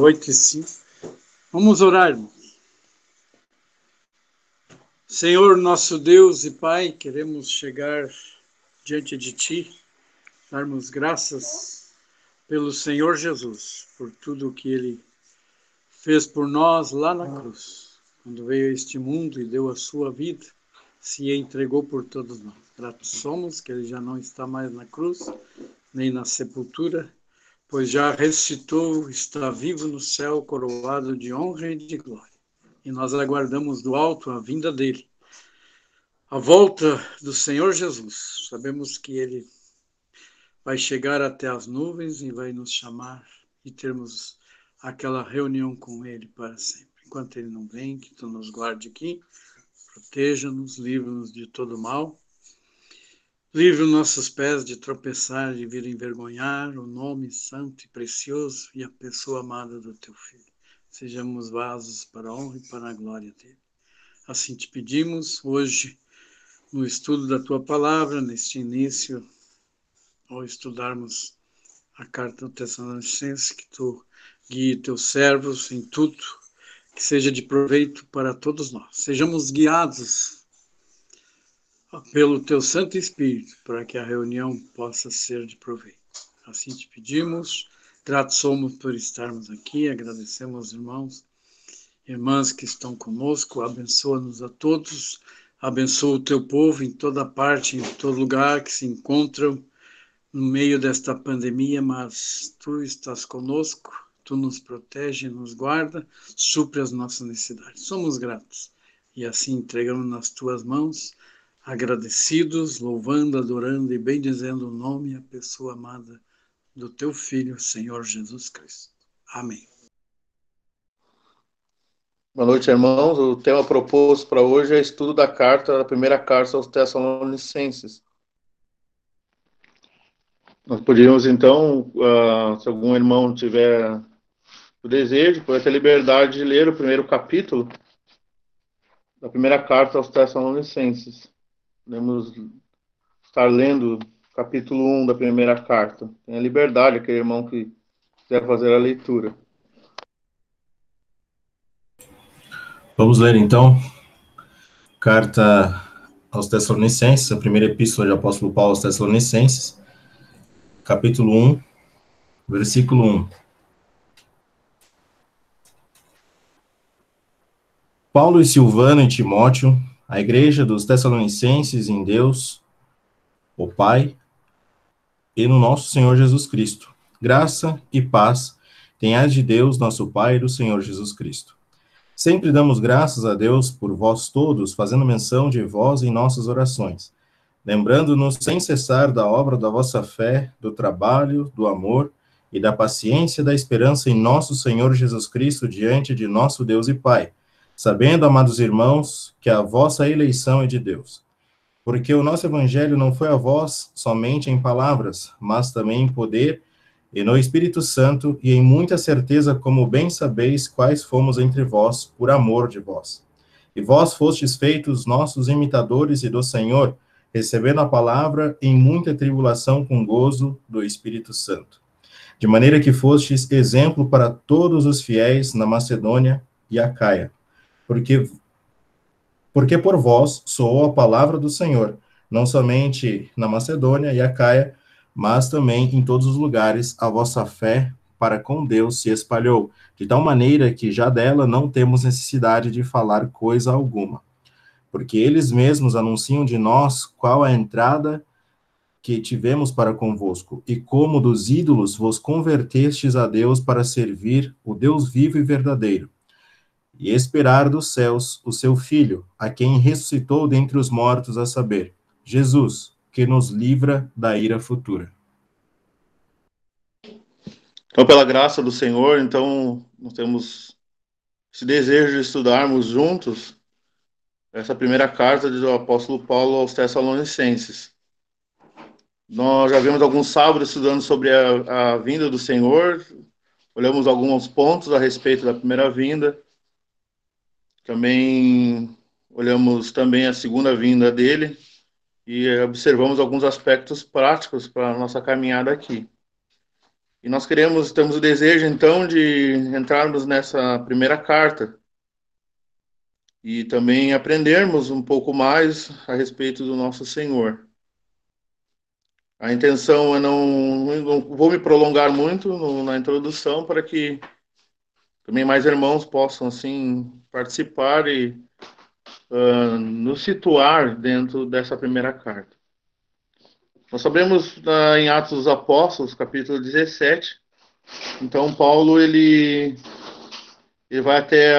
8:05. Vamos orar, irmãos. Senhor, nosso Deus e Pai, queremos chegar diante de Ti, darmos graças pelo Senhor Jesus, por tudo o que Ele fez por nós lá na cruz, quando veio a este mundo e deu a sua vida, se entregou por todos nós. Gratos somos que Ele já não está mais na cruz, nem na sepultura, pois já ressuscitou, está vivo no céu, coroado de honra e de glória. E nós aguardamos do alto a vinda dele, a volta do Senhor Jesus. Sabemos que ele vai chegar até as nuvens e vai nos chamar e termos aquela reunião com ele para sempre. Enquanto ele não vem, que tu nos guarde aqui, proteja-nos, livra-nos de todo mal. Livre os nossos pés de tropeçar, de vir envergonhar o nome santo e precioso e a pessoa amada do teu Filho. Sejamos vasos para a honra e para a glória dele. Assim te pedimos hoje, no estudo da tua palavra, neste início, ao estudarmos a carta do Tessalonicenses, que tu guie teus servos em tudo, que seja de proveito para todos nós. Sejamos guiados pelo teu Santo Espírito, para que a reunião possa ser de proveito. Assim te pedimos, gratos somos por estarmos aqui, agradecemos aos irmãos, irmãs que estão conosco, abençoa-nos a todos, abençoa o teu povo em toda parte, em todo lugar que se encontram no meio desta pandemia, mas tu estás conosco, tu nos protege, nos guarda, supre as nossas necessidades. Somos gratos e assim entregamos nas tuas mãos, agradecidos, louvando, adorando e bendizendo o nome e a pessoa amada do teu Filho, Senhor Jesus Cristo. Amém. Boa noite, irmãos. O tema proposto para hoje é estudo da primeira carta aos Tessalonicenses. Nós poderíamos, então, se algum irmão tiver o desejo, pode ter liberdade de ler o primeiro capítulo da primeira carta aos Tessalonicenses. Podemos estar lendo o capítulo 1 da primeira carta. Tenha liberdade, aquele irmão que quiser fazer a leitura. Vamos ler, então, carta aos Tessalonicenses, a primeira epístola do apóstolo Paulo aos Tessalonicenses, capítulo 1, versículo 1. Paulo e Silvano e Timóteo, a igreja dos Tessalonicenses em Deus, o Pai, e no nosso Senhor Jesus Cristo. Graça e paz tenhais de Deus, nosso Pai, e do Senhor Jesus Cristo. Sempre damos graças a Deus por vós todos, fazendo menção de vós em nossas orações, lembrando-nos sem cessar da obra da vossa fé, do trabalho, do amor e da paciência da esperança em nosso Senhor Jesus Cristo diante de nosso Deus e Pai, sabendo, amados irmãos, que a vossa eleição é de Deus. Porque o nosso evangelho não foi a vós somente em palavras, mas também em poder e no Espírito Santo, e em muita certeza, como bem sabeis, quais fomos entre vós, por amor de vós. E vós fostes feitos nossos imitadores e do Senhor, recebendo a palavra em muita tribulação com gozo do Espírito Santo. De maneira que fostes exemplo para todos os fiéis na Macedônia e Acaia. Porque por vós soou a palavra do Senhor, não somente na Macedônia e Acaia, mas também em todos os lugares a vossa fé para com Deus se espalhou, de tal maneira que já dela não temos necessidade de falar coisa alguma. Porque eles mesmos anunciam de nós qual a entrada que tivemos para convosco, e como dos ídolos vos convertestes a Deus para servir o Deus vivo e verdadeiro, e esperar dos céus o seu Filho, a quem ressuscitou dentre os mortos, a saber, Jesus, que nos livra da ira futura. Então, pela graça do Senhor, então, nós temos esse desejo de estudarmos juntos essa primeira carta do apóstolo Paulo aos Tessalonicenses. Nós já vimos alguns sábados estudando sobre a vinda do Senhor, olhamos alguns pontos a respeito da primeira vinda, também olhamos também a segunda vinda dele e observamos alguns aspectos práticos para a nossa caminhada aqui. E nós temos o desejo, então, de entrarmos nessa primeira carta e também aprendermos um pouco mais a respeito do nosso Senhor. A intenção é não vou me prolongar muito na introdução para que também mais irmãos possam, assim, participar e nos situar dentro dessa primeira carta. Nós sabemos em Atos dos Apóstolos, capítulo 17, então Paulo ele vai até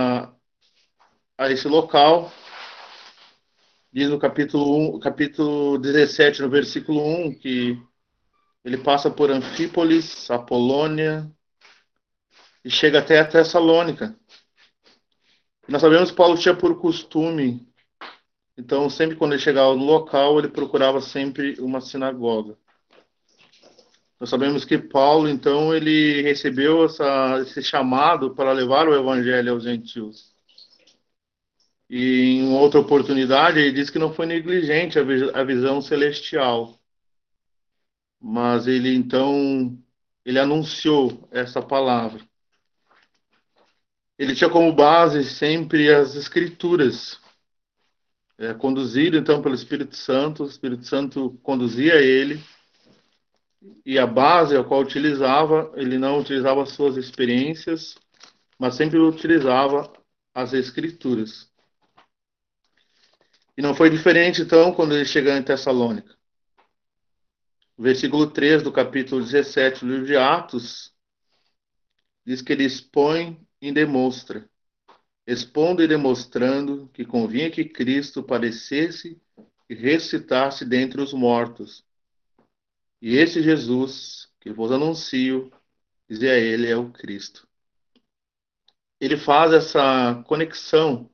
a esse local, diz no capítulo 17, no versículo 1, que ele passa por Anfípolis, Apolônia e chega até a Tessalônica. E nós sabemos que Paulo tinha por costume, então sempre quando ele chegava no local, ele procurava sempre uma sinagoga. Nós sabemos que Paulo, então, ele recebeu esse chamado para levar o evangelho aos gentios. E em outra oportunidade, ele diz que não foi negligente a visão celestial, mas ele, então, ele anunciou essa palavra. Ele tinha como base sempre as Escrituras, conduzido, então, pelo Espírito Santo. O Espírito Santo conduzia ele, e a base a qual utilizava, ele não utilizava as suas experiências, mas sempre utilizava as Escrituras. E não foi diferente, então, quando ele chegou em Tessalônica. O versículo 3 do capítulo 17 do livro de Atos diz que ele expõe e demonstra, expondo e demonstrando que convinha que Cristo padecesse e ressuscitasse dentre os mortos. E esse Jesus, que vos anuncio, dizia ele, é o Cristo. Ele faz essa conexão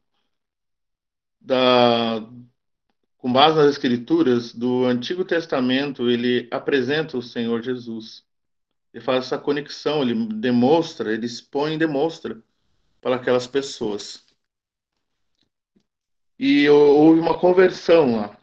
com base nas Escrituras do Antigo Testamento, ele apresenta o Senhor Jesus. Ele faz essa conexão, ele demonstra, ele expõe e demonstra para aquelas pessoas. E houve uma conversão lá.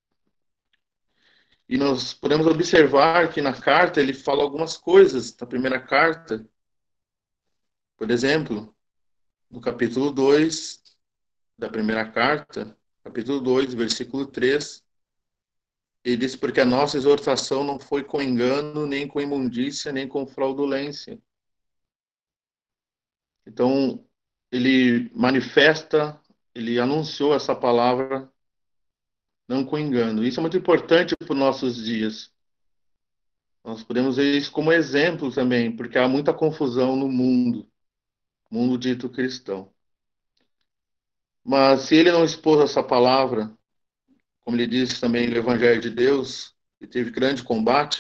E nós podemos observar que na carta ele fala algumas coisas. Na primeira carta, por exemplo, no capítulo 2 da primeira carta, capítulo 2, versículo 3, ele diz: porque a nossa exortação não foi com engano, nem com imundícia, nem com fraudulência. Então, ele manifesta, ele anunciou essa palavra não com engano. Isso é muito importante para os nossos dias. Nós podemos ver isso como exemplo também, porque há muita confusão no mundo dito cristão. Mas se ele não expôs essa palavra, como ele disse também no Evangelho de Deus, que teve grande combate,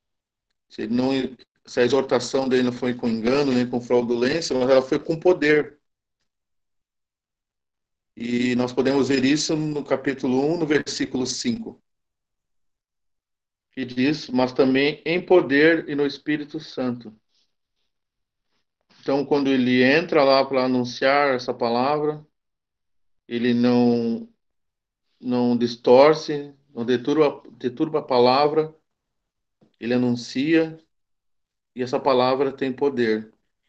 se a exortação dele não foi com engano, nem com fraudulência, mas ela foi com poder. E nós podemos ver isso no capítulo 1, no versículo 5. Que diz, mas também em poder e no Espírito Santo. Então, quando ele entra lá para anunciar essa palavra, ele não distorce, não deturba a palavra, ele anuncia, e essa palavra tem poder.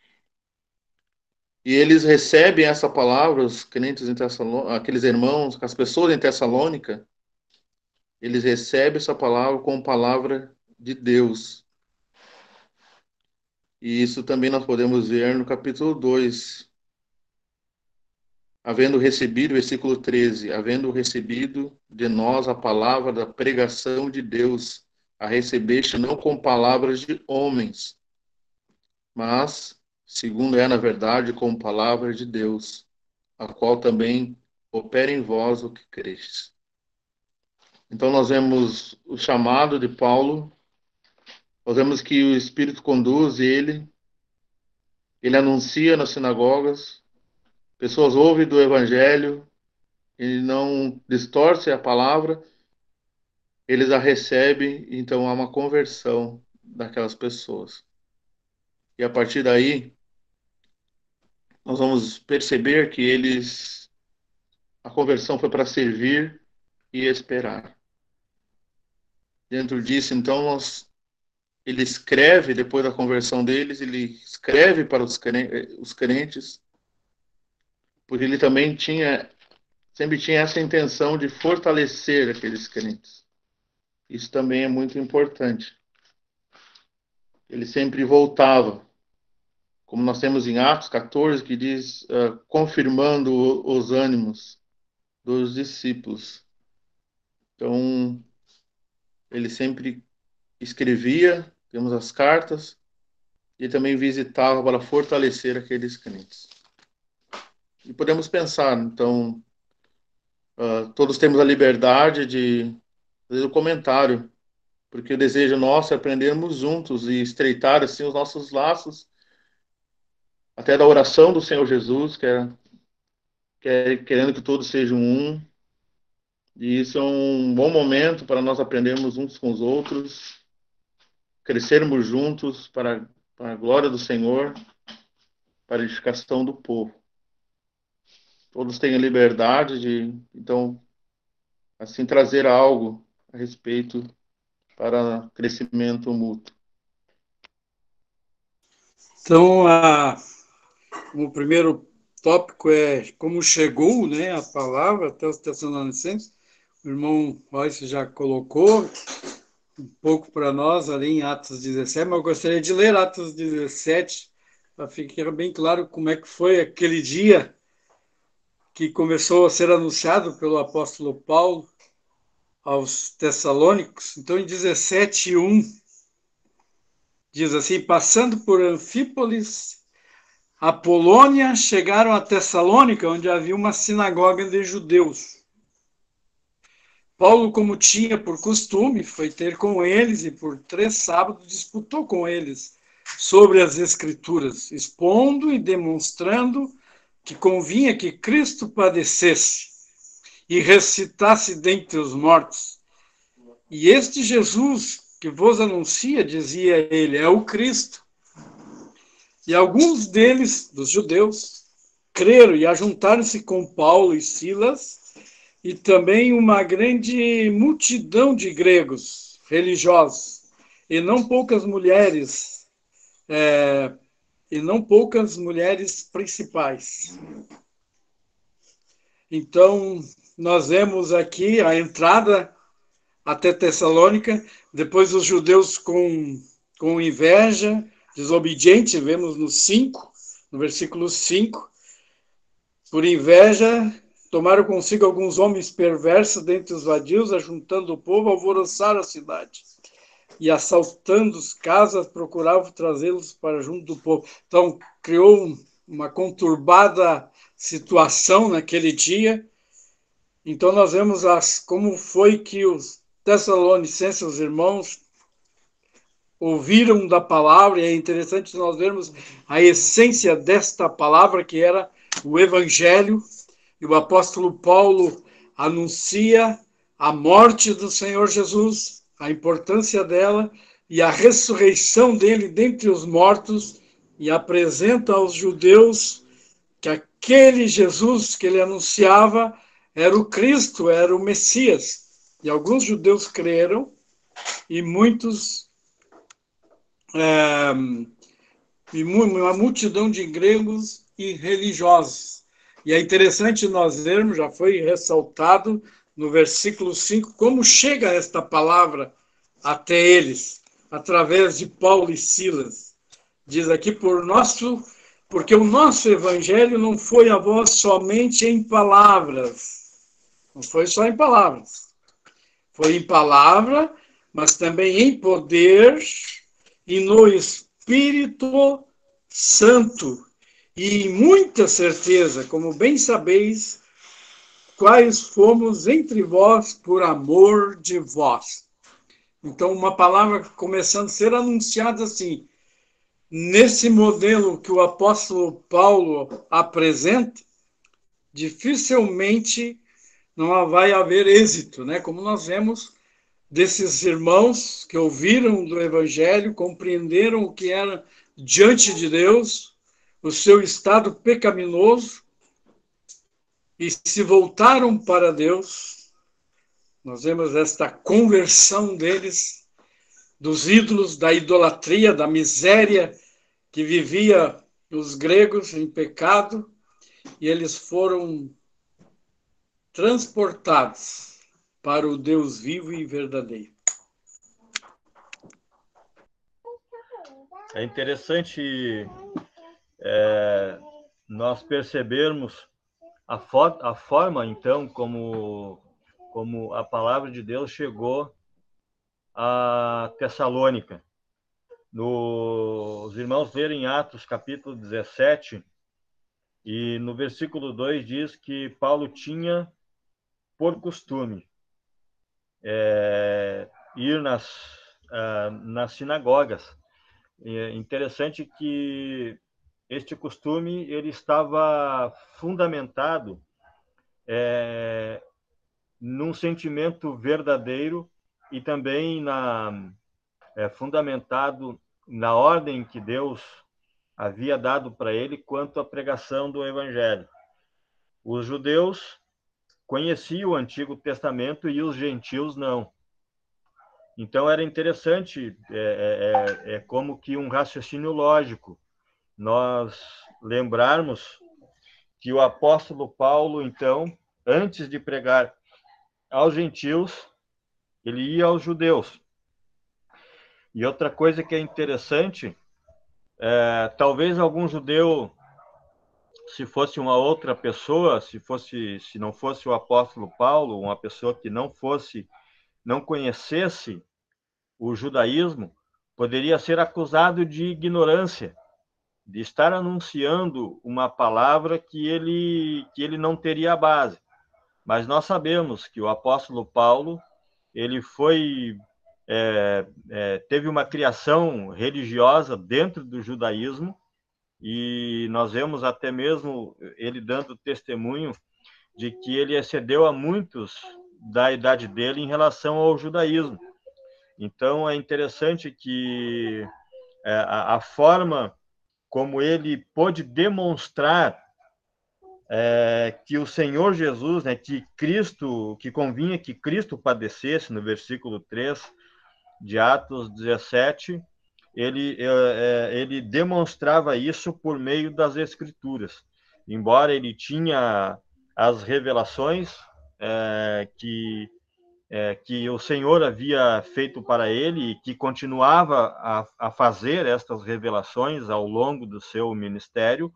E eles recebem essa palavra, os crentes em Tessalônica, aqueles irmãos, as pessoas em Tessalônica, eles recebem essa palavra como palavra de Deus. E isso também nós podemos ver no capítulo 2. Havendo recebido, versículo 13, havendo recebido de nós a palavra da pregação de Deus, a recebeste não com palavras de homens, mas, segundo é na verdade, com palavras de Deus, a qual também opera em vós o que crestes. Então nós vemos o chamado de Paulo, nós vemos que o Espírito conduz ele anuncia nas sinagogas, pessoas ouvem do Evangelho, ele não distorce a palavra, eles a recebem, então há uma conversão daquelas pessoas. E a partir daí, nós vamos perceber que a conversão foi para servir e esperar. Dentro disso, então, nós ele escreve, depois da conversão deles, ele escreve para os crentes, porque ele também sempre tinha essa intenção de fortalecer aqueles crentes. Isso também é muito importante. Ele sempre voltava, como nós temos em Atos 14, que diz, confirmando os ânimos dos discípulos. Então, ele sempre escrevia, temos as cartas, e também visitava para fortalecer aqueles crentes. E podemos pensar, então, todos temos a liberdade de fazer o comentário, porque o desejo nosso é aprendermos juntos e estreitar assim os nossos laços, até da oração do Senhor Jesus, querendo que todos sejam um. E isso é um bom momento para nós aprendermos uns com os outros, crescermos juntos para a glória do Senhor, para a edificação do povo. Todos têm a liberdade de, então, assim, trazer algo a respeito para crescimento mútuo. Então, o primeiro tópico é como chegou, né, a palavra até os Tessalonicenses. O irmão Royce já colocou um pouco para nós ali em Atos 17, mas eu gostaria de ler Atos 17 para ficar bem claro como é que foi aquele dia que começou a ser anunciado pelo apóstolo Paulo aos Tessalônicos. Então, em 17:1, diz assim: passando por Anfípolis, a Polônia, chegaram a Tessalônica, onde havia uma sinagoga de judeus. Paulo, como tinha por costume, foi ter com eles e por 3 sábados disputou com eles sobre as Escrituras, expondo e demonstrando que convinha que Cristo padecesse e ressuscitasse dentre os mortos. E este Jesus que vos anuncia, dizia ele, é o Cristo. E alguns deles, dos judeus, creram e ajuntaram-se com Paulo e Silas, e também uma grande multidão de gregos religiosos, e não poucas mulheres, principais. Então, nós vemos aqui a entrada até Tessalônica, depois os judeus com inveja, desobedientes, vemos no versículo 5, por inveja, tomaram consigo alguns homens perversos dentre os vadios, ajuntando o povo, alvoroçaram a cidade. E assaltando as casas, procuravam trazê-los para junto do povo. Então, criou uma conturbada situação naquele dia. Então, nós vemos como foi que os Tessalonicenses, os irmãos, ouviram da palavra, e é interessante nós vermos a essência desta palavra, que era o Evangelho, e o apóstolo Paulo anuncia a morte do Senhor Jesus, a importância dela e a ressurreição dele dentre os mortos, e apresenta aos judeus que aquele Jesus que ele anunciava era o Cristo, era o Messias. E alguns judeus creram, e muitos, e uma multidão de gregos e religiosos. E é interessante nós vermos, já foi ressaltado no versículo 5, como chega esta palavra até eles, através de Paulo e Silas. Diz aqui, porque o nosso evangelho não foi a vós somente em palavras. Não foi só em palavras. Foi em palavra, mas também em poder e no Espírito Santo. E muita certeza, como bem sabeis, quais fomos entre vós por amor de vós. Então, uma palavra começando a ser anunciada assim, nesse modelo que o apóstolo Paulo apresenta, dificilmente não vai haver êxito, né? Como nós vemos desses irmãos que ouviram do Evangelho, compreenderam o que era diante de Deus, o seu estado pecaminoso, e se voltaram para Deus. Nós vemos esta conversão deles, dos ídolos, da idolatria, da miséria que vivia os gregos em pecado, e eles foram transportados para o Deus vivo e verdadeiro. É interessante nós percebermos a forma, então, como a palavra de Deus chegou a Tessalônica. Os irmãos lerem Atos, capítulo 17, e no versículo 2 diz que Paulo tinha por costume ir nas sinagogas. É interessante que este costume ele estava fundamentado num sentimento verdadeiro e também fundamentado na ordem que Deus havia dado para ele quanto à pregação do Evangelho. Os judeus conheciam o Antigo Testamento e os gentios não. Então era interessante, como que um raciocínio lógico, nós lembrarmos que o apóstolo Paulo, então, antes de pregar aos gentios, ele ia aos judeus. E outra coisa que é interessante, talvez algum judeu, se fosse uma outra pessoa, se não fosse o apóstolo Paulo, uma pessoa que não conhecesse o judaísmo, poderia ser acusado de ignorância, de estar anunciando uma palavra que ele não teria base. Mas nós sabemos que o apóstolo Paulo, ele teve uma criação religiosa dentro do judaísmo, e nós vemos até mesmo ele dando testemunho de que ele excedeu a muitos da idade dele em relação ao judaísmo. Então, é interessante que a forma como ele pôde demonstrar que o Senhor Jesus, que convinha que Cristo padecesse, no versículo 3 de Atos 17, ele demonstrava isso por meio das Escrituras. Embora ele tinha as revelações que o Senhor havia feito para ele e que continuava a fazer estas revelações ao longo do seu ministério,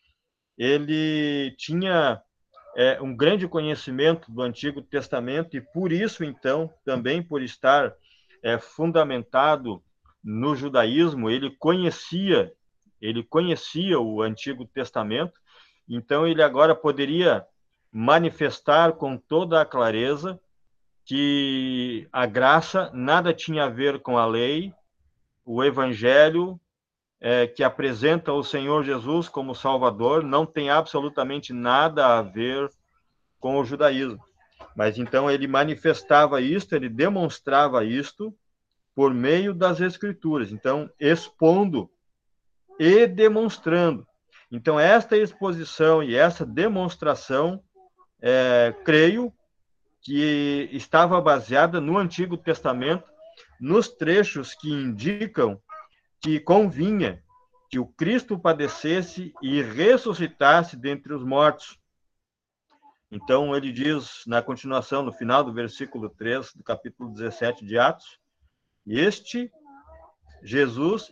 ele tinha um grande conhecimento do Antigo Testamento e, por isso, então, também por estar fundamentado no judaísmo, ele conhecia o Antigo Testamento, então ele agora poderia manifestar com toda a clareza que a graça nada tinha a ver com a lei, o Evangelho que apresenta o Senhor Jesus como Salvador não tem absolutamente nada a ver com o judaísmo. Mas então ele manifestava isto, ele demonstrava isto por meio das Escrituras, então expondo e demonstrando. Então esta exposição e essa demonstração, creio que estava baseada no Antigo Testamento, nos trechos que indicam que convinha que o Cristo padecesse e ressuscitasse dentre os mortos. Então, ele diz, na continuação, no final do versículo 3 do capítulo 17 de Atos, este Jesus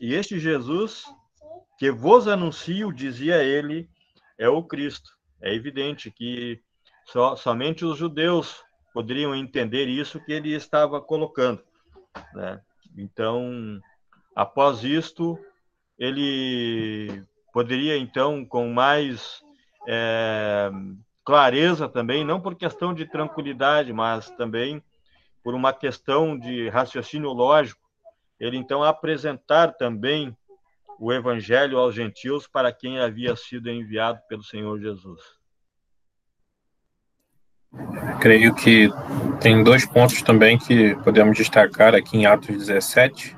que vos anuncio, dizia ele, é o Cristo. É evidente que somente os judeus poderiam entender isso que ele estava colocando, né? Então, após isto, ele poderia, então, com mais clareza também, não por questão de tranquilidade, mas também por uma questão de raciocínio lógico, ele, então, apresentar também o Evangelho aos gentios para quem havia sido enviado pelo Senhor Jesus. Creio que tem dois pontos também que podemos destacar aqui em Atos 17,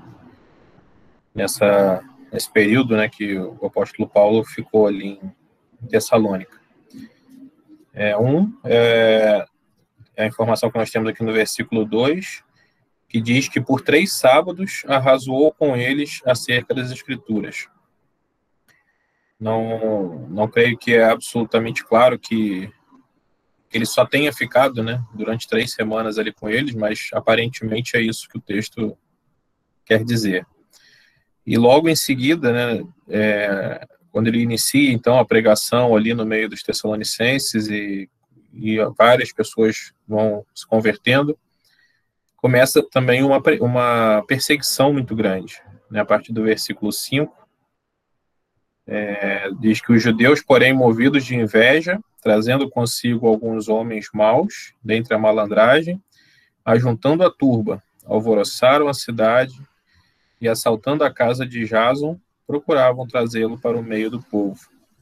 nesse período, né, que o apóstolo Paulo ficou ali em Tessalônica. É a informação que nós temos aqui no versículo 2, que diz que por 3 sábados arrazoou com eles acerca das Escrituras. Não creio que é absolutamente claro que ele só tenha ficado, né, durante 3 semanas ali com eles, mas aparentemente é isso que o texto quer dizer. E logo em seguida, né, quando ele inicia então a pregação ali no meio dos Tessalonicenses e várias pessoas vão se convertendo, começa também uma perseguição muito grande, né, a partir do versículo 5. Diz que os judeus, porém, movidos de inveja, trazendo consigo alguns homens maus, dentre a malandragem, ajuntando a turba, alvoroçaram a cidade e, assaltando a casa de Jason, procuravam trazê-lo para o meio do povo.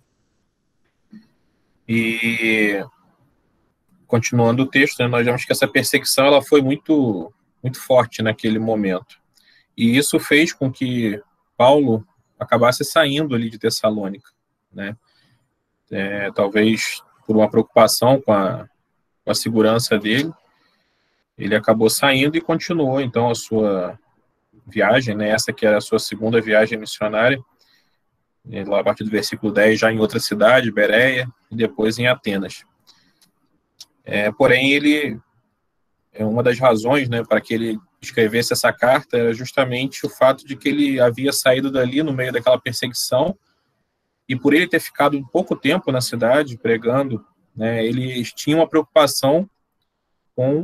E, continuando o texto, né, nós vemos que essa perseguição ela foi muito, muito forte naquele momento. E isso fez com que Paulo acabasse saindo ali de Tessalônica, né? Talvez por uma preocupação com a segurança dele, ele acabou saindo e continuou, então, a sua viagem, né? Essa que era a sua segunda viagem missionária, lá a partir do versículo 10, já em outra cidade, Bereia, e depois em Atenas. Porém, uma das razões, né, para que ele escrevesse essa carta era justamente o fato de que ele havia saído dali no meio daquela perseguição, e por ele ter ficado um pouco tempo na cidade pregando, né, eles tinham uma preocupação com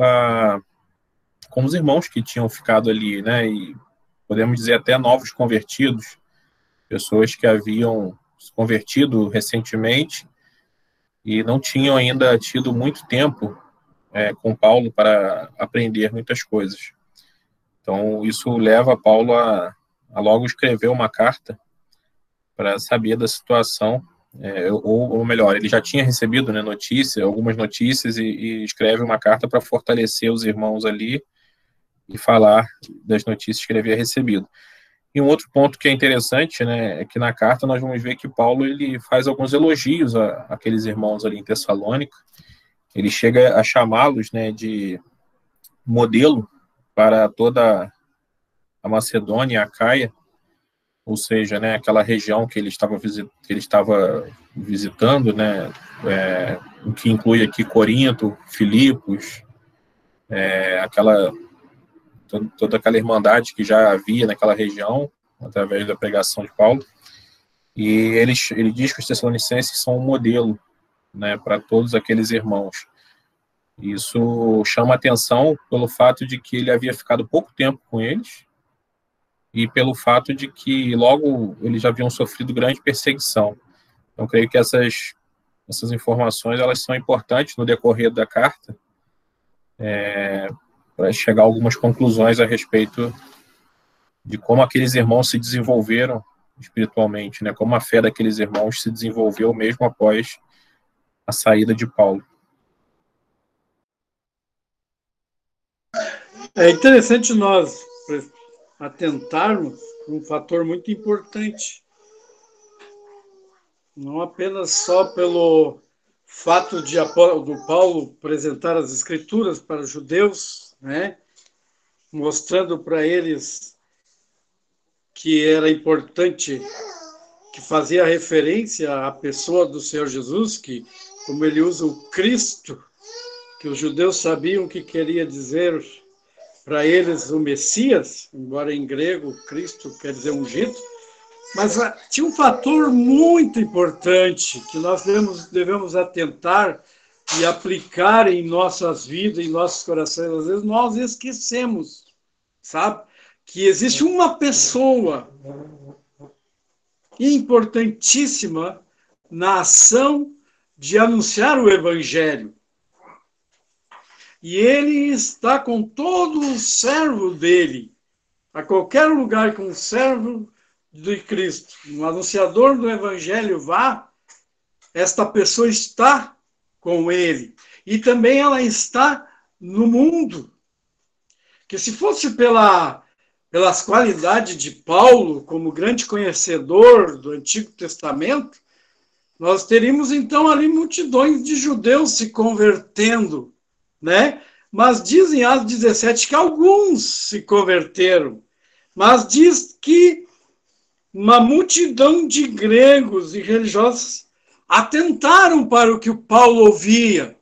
os irmãos que tinham ficado ali, né, e podemos dizer até novos convertidos, pessoas que haviam se convertido recentemente e não tinham ainda tido muito tempo com Paulo para aprender muitas coisas. Então, isso leva Paulo a logo escrever uma carta para saber da situação, ou melhor, ele já tinha recebido, né, algumas notícias, e escreve uma carta para fortalecer os irmãos ali e falar das notícias que ele havia recebido. E um outro ponto que é interessante, né, é que na carta nós vamos ver que Paulo ele faz alguns elogios àqueles irmãos ali em Tessalônica. Ele chega a chamá-los, né, de modelo para toda a Macedônia e a Acaia, ou seja, né, aquela região que ele estava visitando, né, que inclui aqui Corinto, Filipos, toda aquela irmandade que já havia naquela região, através da pregação de Paulo. E ele diz que os Tessalonicenses são um modelo, né, para todos aqueles irmãos. Isso chama atenção pelo fato de que ele havia ficado pouco tempo com eles e pelo fato de que logo eles já haviam sofrido grande perseguição. Então, creio que essas informações elas são importantes no decorrer da carta, para chegar a algumas conclusões a respeito de como aqueles irmãos se desenvolveram espiritualmente, né? Como a fé daqueles irmãos se desenvolveu mesmo após a saída de Paulo. É interessante nós atentarmos para um fator muito importante, não apenas só pelo fato do Paulo apresentar as Escrituras para os judeus, né, mostrando para eles que era importante, que fazia referência à pessoa do Senhor Jesus, que, como ele usa o Cristo, que os judeus sabiam que queria dizer para eles o Messias, embora em grego Cristo quer dizer ungido, mas tinha um fator muito importante que nós devemos atentar e aplicar em nossas vidas, em nossos corações. Às vezes nós esquecemos, sabe? Que existe uma pessoa importantíssima na ação de anunciar o Evangelho. E ele está com todo o servo dele, a qualquer lugar que um servo de Cristo, um anunciador do Evangelho vá, esta pessoa está com ele. E também ela está no mundo. Que se fosse pelas qualidades de Paulo, como grande conhecedor do Antigo Testamento, nós teríamos então ali multidões de judeus se convertendo, né? Mas diz em Atos 17 que alguns se converteram. Mas diz que uma multidão de gregos e religiosos atentaram para o que o Paulo ouvia.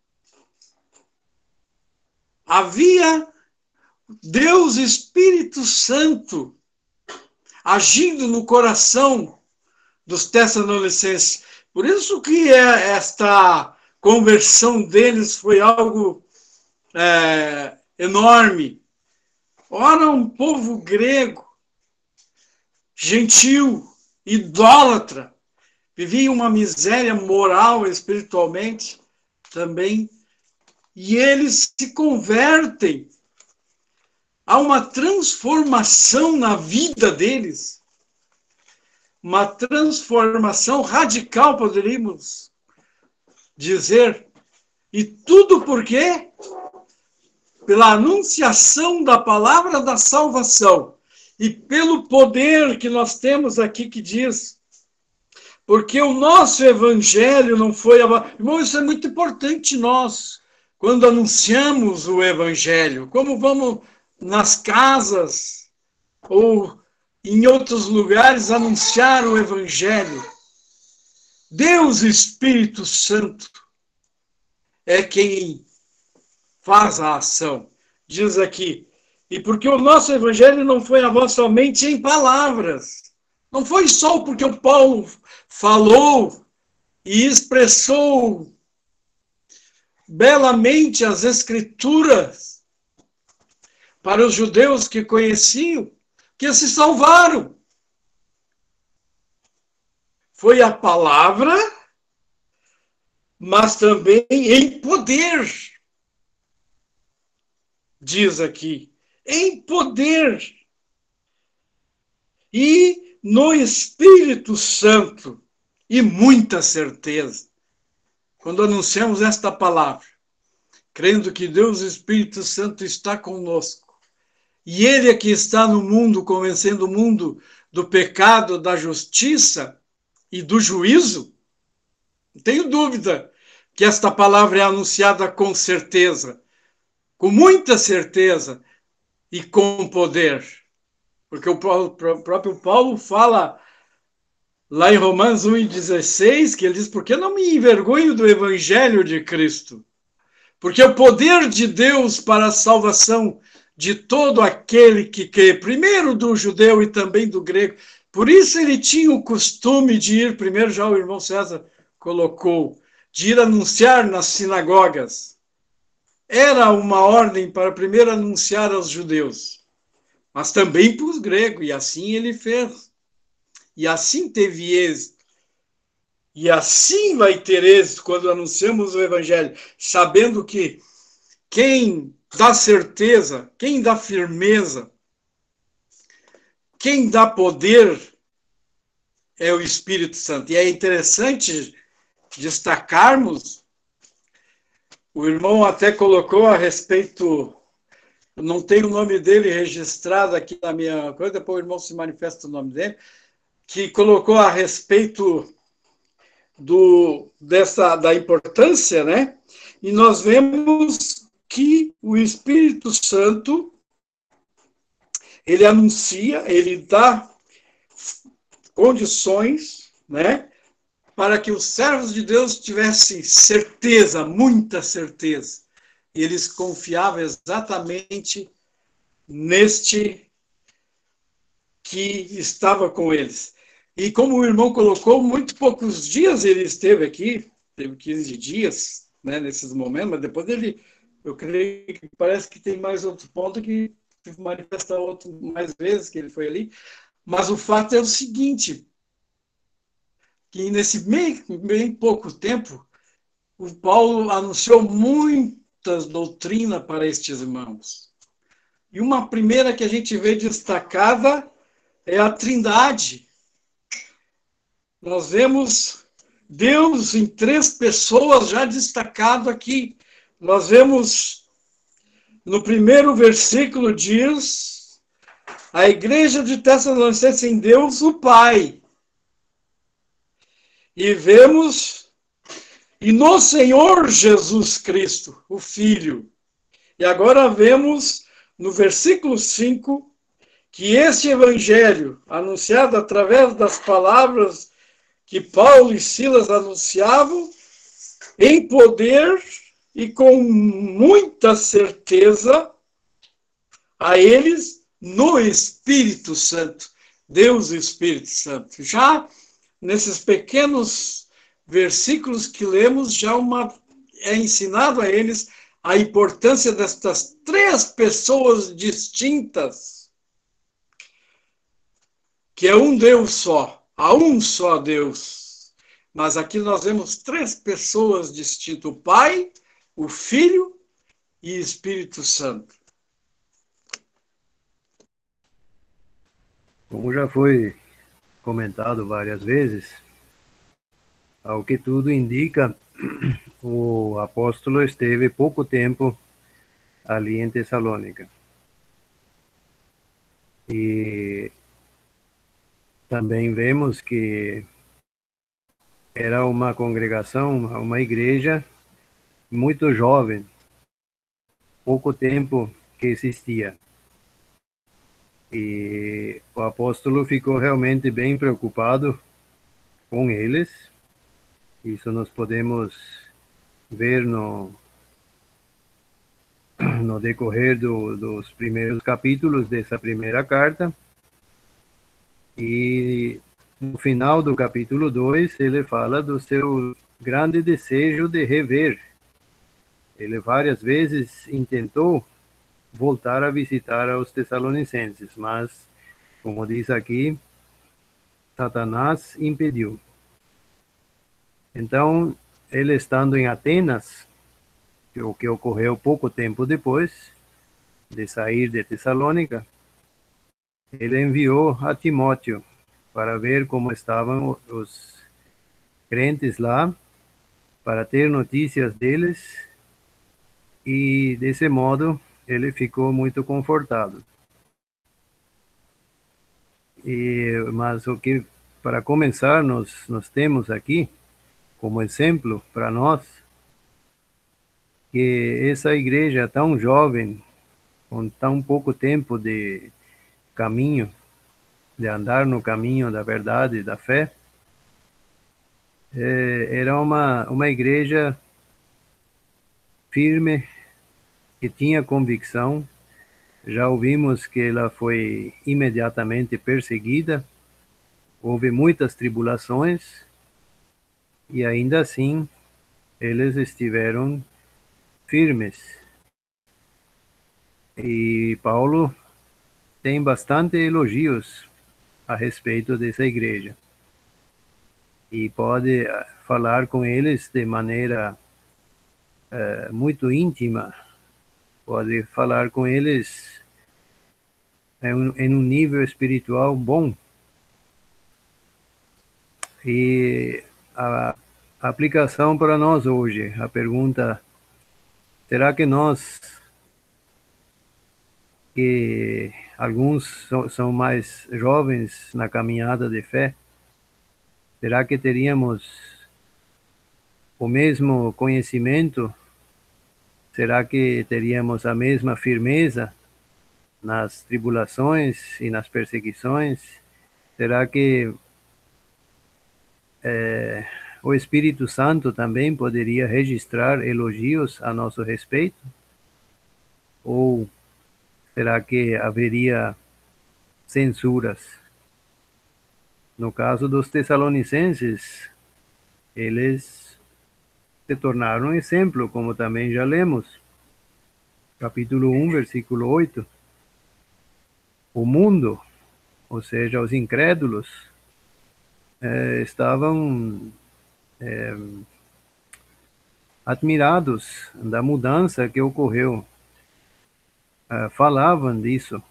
Havia Deus Espírito Santo agindo no coração dos Tessalonicenses. Por isso que esta conversão deles foi algo enorme. Ora, um povo grego, gentil, idólatra, vivia uma miséria moral e espiritualmente também, e eles se convertem. Há uma transformação na vida deles, uma transformação radical, poderíamos dizer. E tudo por quê? Pela anunciação da palavra da salvação e pelo poder que nós temos aqui que diz, porque o nosso evangelho não foi... Irmão, isso é muito importante nós, quando anunciamos o evangelho, como vamos nas casas ou em outros lugares anunciar o evangelho. Deus, Espírito Santo, é quem faz a ação. Diz aqui, e porque o nosso evangelho não foi a vós somente em palavras. Não foi só porque o Paulo falou e expressou belamente as escrituras para os judeus que conheciam, que se salvaram. Foi a palavra, mas também em poder. Diz aqui, em poder. E no Espírito Santo, e muita certeza. Quando anunciamos esta palavra, crendo que Deus, Espírito Santo, está conosco, e Ele é que está no mundo, convencendo o mundo do pecado, da justiça e do juízo, não tenho dúvida que esta palavra é anunciada com certeza, com muita certeza e com poder. Porque o próprio Paulo fala lá em Romanos 1,16, que ele diz, por que não me envergonho do evangelho de Cristo? Porque o poder de Deus para a salvação de todo aquele que crê, primeiro do judeu e também do grego. Por isso ele tinha o costume de ir, primeiro já o irmão César colocou, de ir anunciar nas sinagogas. Era uma ordem para primeiro anunciar aos judeus, mas também para os gregos, e assim ele fez. E assim teve êxito. E assim vai ter êxito quando anunciamos o evangelho, sabendo que quem dá certeza, quem dá firmeza, quem dá poder é o Espírito Santo. E é interessante destacarmos, o irmão até colocou a respeito, não tenho o nome dele registrado aqui na minha coisa, depois o irmão se manifesta o nome dele, que colocou a respeito da importância, né? E nós vemos que o Espírito Santo, ele anuncia, ele dá condições, né, para que os servos de Deus tivessem certeza, muita certeza. E eles confiavam exatamente neste que estava com eles. E como o irmão colocou, muito poucos dias ele esteve aqui, teve 15 dias, né, nesses momentos, mas depois ele, eu creio que parece que tem mais outro ponto que manifesta outro mais vezes que ele foi ali. Mas o fato é o seguinte, que nesse bem pouco tempo, o Paulo anunciou muitas doutrinas para estes irmãos. E uma primeira que a gente vê destacada é a Trindade. Nós vemos Deus em 3 pessoas já destacado aqui. Nós vemos no primeiro versículo diz a igreja de Tessalonicenses em Deus o Pai. E vemos e no Senhor Jesus Cristo, o Filho. E agora vemos no versículo 5 que este evangelho, anunciado através das palavras que Paulo e Silas anunciavam, em poder e com muita certeza a eles no Espírito Santo, Deus e Espírito Santo. Já nesses pequenos versículos que lemos, já é ensinado a eles a importância destas três pessoas distintas, que é um Deus só, há um só Deus. Mas aqui nós vemos três pessoas distintas, o Pai, o Filho e o Espírito Santo. Como já foi comentado várias vezes, ao que tudo indica, o apóstolo esteve pouco tempo ali em Tessalônica. E também vemos que era uma congregação, uma igreja muito jovem, pouco tempo que existia. E o apóstolo ficou realmente bem preocupado com eles. Isso nós podemos ver no decorrer dos primeiros capítulos dessa primeira carta. E no final do capítulo 2, ele fala do seu grande desejo de rever. Ele várias vezes intentou voltar a visitar os Tessalonicenses, mas, como diz aqui, Satanás impediu. Então, ele estando em Atenas, o que ocorreu pouco tempo depois de sair de Tessalônica, ele enviou a Timóteo para ver como estavam os crentes lá, para ter notícias deles, e desse modo ele ficou muito confortado. Mas o que, para começar, nós temos aqui como exemplo para nós, que essa igreja tão jovem, com tão pouco tempo de caminho, de andar no caminho da verdade, da fé, era uma igreja firme, que tinha convicção. Já ouvimos que ela foi imediatamente perseguida, houve muitas tribulações, e ainda assim eles estiveram firmes. E Paulo tem bastante elogios a respeito dessa igreja. E pode falar com eles de maneira muito íntima, pode falar com eles em um nível espiritual bom. E a aplicação para nós hoje, a pergunta: será que nós, que alguns são mais jovens na caminhada de fé, será que teríamos o mesmo conhecimento? Será que teríamos a mesma firmeza nas tribulações e nas perseguições? Será que o Espírito Santo também poderia registrar elogios a nosso respeito? Ou será que haveria censuras? No caso dos Tessalonicenses, eles se tornaram exemplo, como também já lemos. Capítulo 1, versículo 8. O mundo, ou seja, os incrédulos, estavam admirados da mudança que ocorreu. Falavam disso.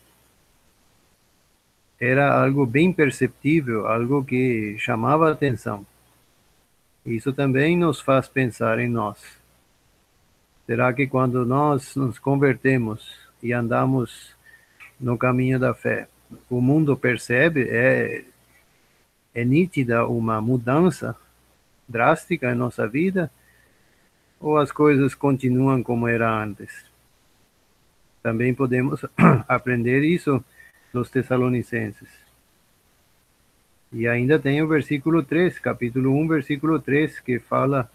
Era algo bem perceptível, algo que chamava a atenção. Isso também nos faz pensar em nós. Será que quando nós nos convertemos e andamos no caminho da fé, o mundo percebe, é nítida uma mudança drástica em nossa vida, ou as coisas continuam como era antes? também podemos aprender isso dos Tessalonicenses. E ainda tem o versículo 3, capítulo 1, versículo 3, que fala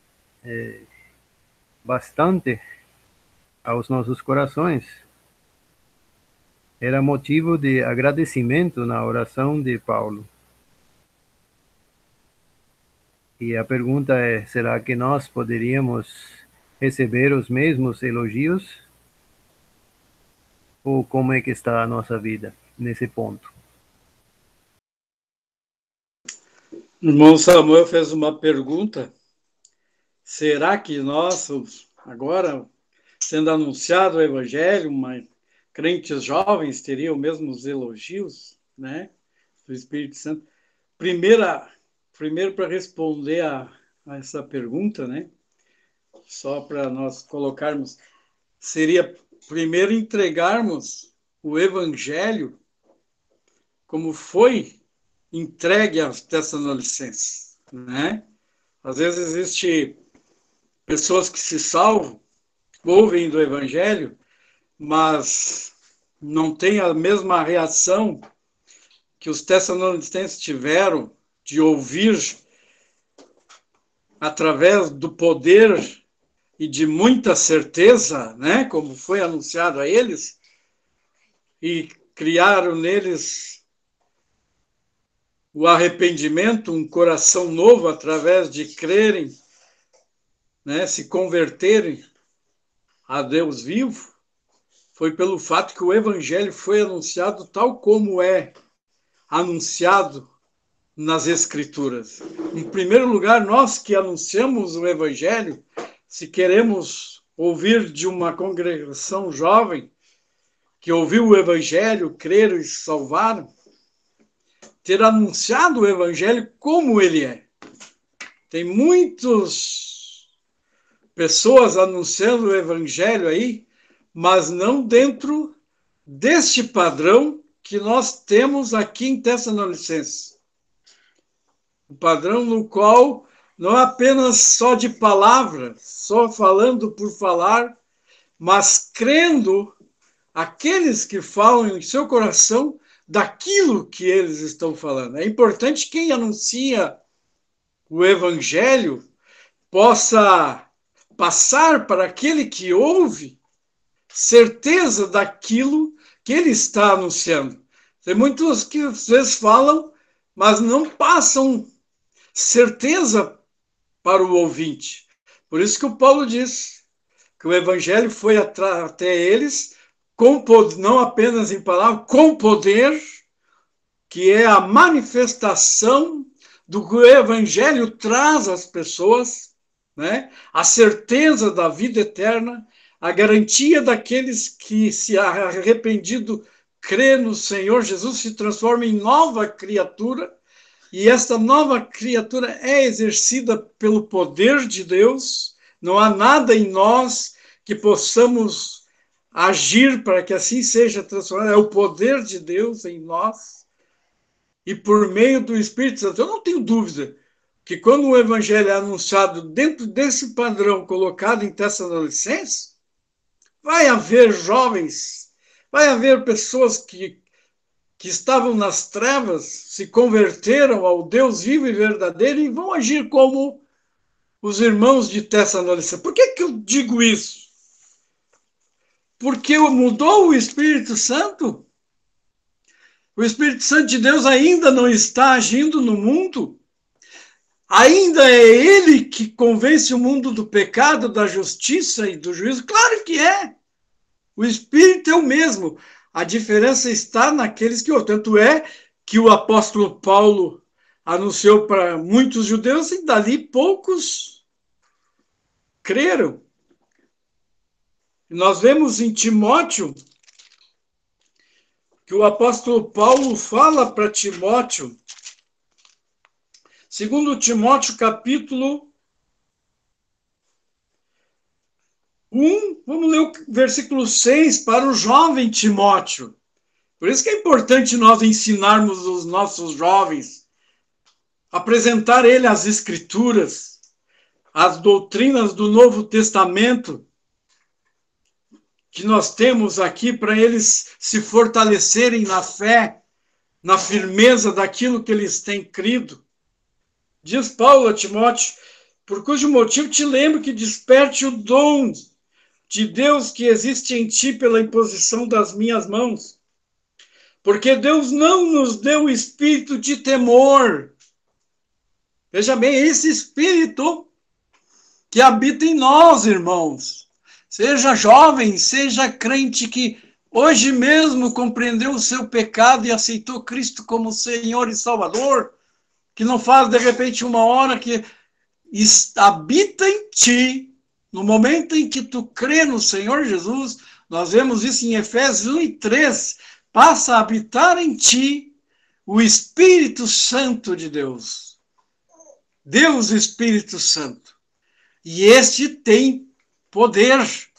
bastante aos nossos corações. Era motivo de agradecimento na oração de Paulo. E a pergunta é, será que nós poderíamos receber os mesmos elogios? Ou como é que está a nossa vida nesse ponto? O irmão Samuel fez uma pergunta. Será que nós, agora, sendo anunciado o Evangelho, crentes jovens teriam mesmos elogios, né, do Espírito Santo? Primeiro para responder a essa pergunta, né, só para nós colocarmos, seria primeiro entregarmos o Evangelho como foi entregue aos Tessalonicenses, né? Às vezes existe pessoas que se salvam, ouvem do Evangelho, mas não têm a mesma reação que os Tessalonicenses tiveram de ouvir através do poder e de muita certeza, né, como foi anunciado a eles, e criaram neles o arrependimento, um coração novo através de crerem, né, se converterem a Deus vivo, foi pelo fato que o Evangelho foi anunciado tal como é anunciado nas Escrituras. Em primeiro lugar, nós que anunciamos o Evangelho, se queremos ouvir de uma congregação jovem que ouviu o Evangelho, creram e se salvaram, ter anunciado o Evangelho como ele é. Tem muitas pessoas anunciando o Evangelho aí, mas não dentro deste padrão que nós temos aqui em Tessalonicenses. Um padrão no qual não é apenas só de palavra, só falando por falar, mas crendo aqueles que falam em seu coração daquilo que eles estão falando. É importante que quem anuncia o Evangelho possa passar para aquele que ouve certeza daquilo que ele está anunciando. Tem muitos que às vezes falam, mas não passam certeza para o ouvinte. Por isso que o Paulo diz que o Evangelho foi até eles, não apenas em palavras, com poder, que é a manifestação do que o Evangelho traz às pessoas, né? A certeza da vida eterna, a garantia daqueles que, se arrependido, crê no Senhor Jesus, se transforma em nova criatura, e esta nova criatura é exercida pelo poder de Deus. Não há nada em nós que possamos agir para que assim seja transformado. É o poder de Deus em nós. E por meio do Espírito Santo, eu não tenho dúvida que quando o Evangelho é anunciado dentro desse padrão colocado em Tessalonicenses, vai haver jovens, vai haver pessoas que estavam nas trevas, se converteram ao Deus vivo e verdadeiro e vão agir como os irmãos de Tessalonicenses. Por que eu digo isso? Porque mudou o Espírito Santo. O Espírito Santo de Deus ainda não está agindo no mundo. Ainda é ele que convence o mundo do pecado, da justiça e do juízo. Claro que é. O Espírito é o mesmo. A diferença está naqueles que... Tanto é que o apóstolo Paulo anunciou para muitos judeus e dali poucos creram. Nós vemos em Timóteo que o apóstolo Paulo fala para Timóteo, segundo Timóteo capítulo 1, vamos ler o versículo 6 para o jovem Timóteo. Por isso que é importante nós ensinarmos os nossos jovens, apresentar ele as Escrituras, as doutrinas do Novo Testamento, que nós temos aqui para eles se fortalecerem na fé, na firmeza daquilo que eles têm crido. Diz Paulo a Timóteo, por cujo motivo te lembro que desperte o dom de Deus que existe em ti pela imposição das minhas mãos. Porque Deus não nos deu o espírito de temor. Veja bem, esse espírito que habita em nós, irmãos. Seja jovem, seja crente que hoje mesmo compreendeu o seu pecado e aceitou Cristo como Senhor e Salvador, que não faz de repente uma hora, que habita em ti, no momento em que tu crê no Senhor Jesus. Nós vemos isso em Efésios 1:3, passa a habitar em ti o Espírito Santo de Deus. Deus, Espírito Santo. E este tem poder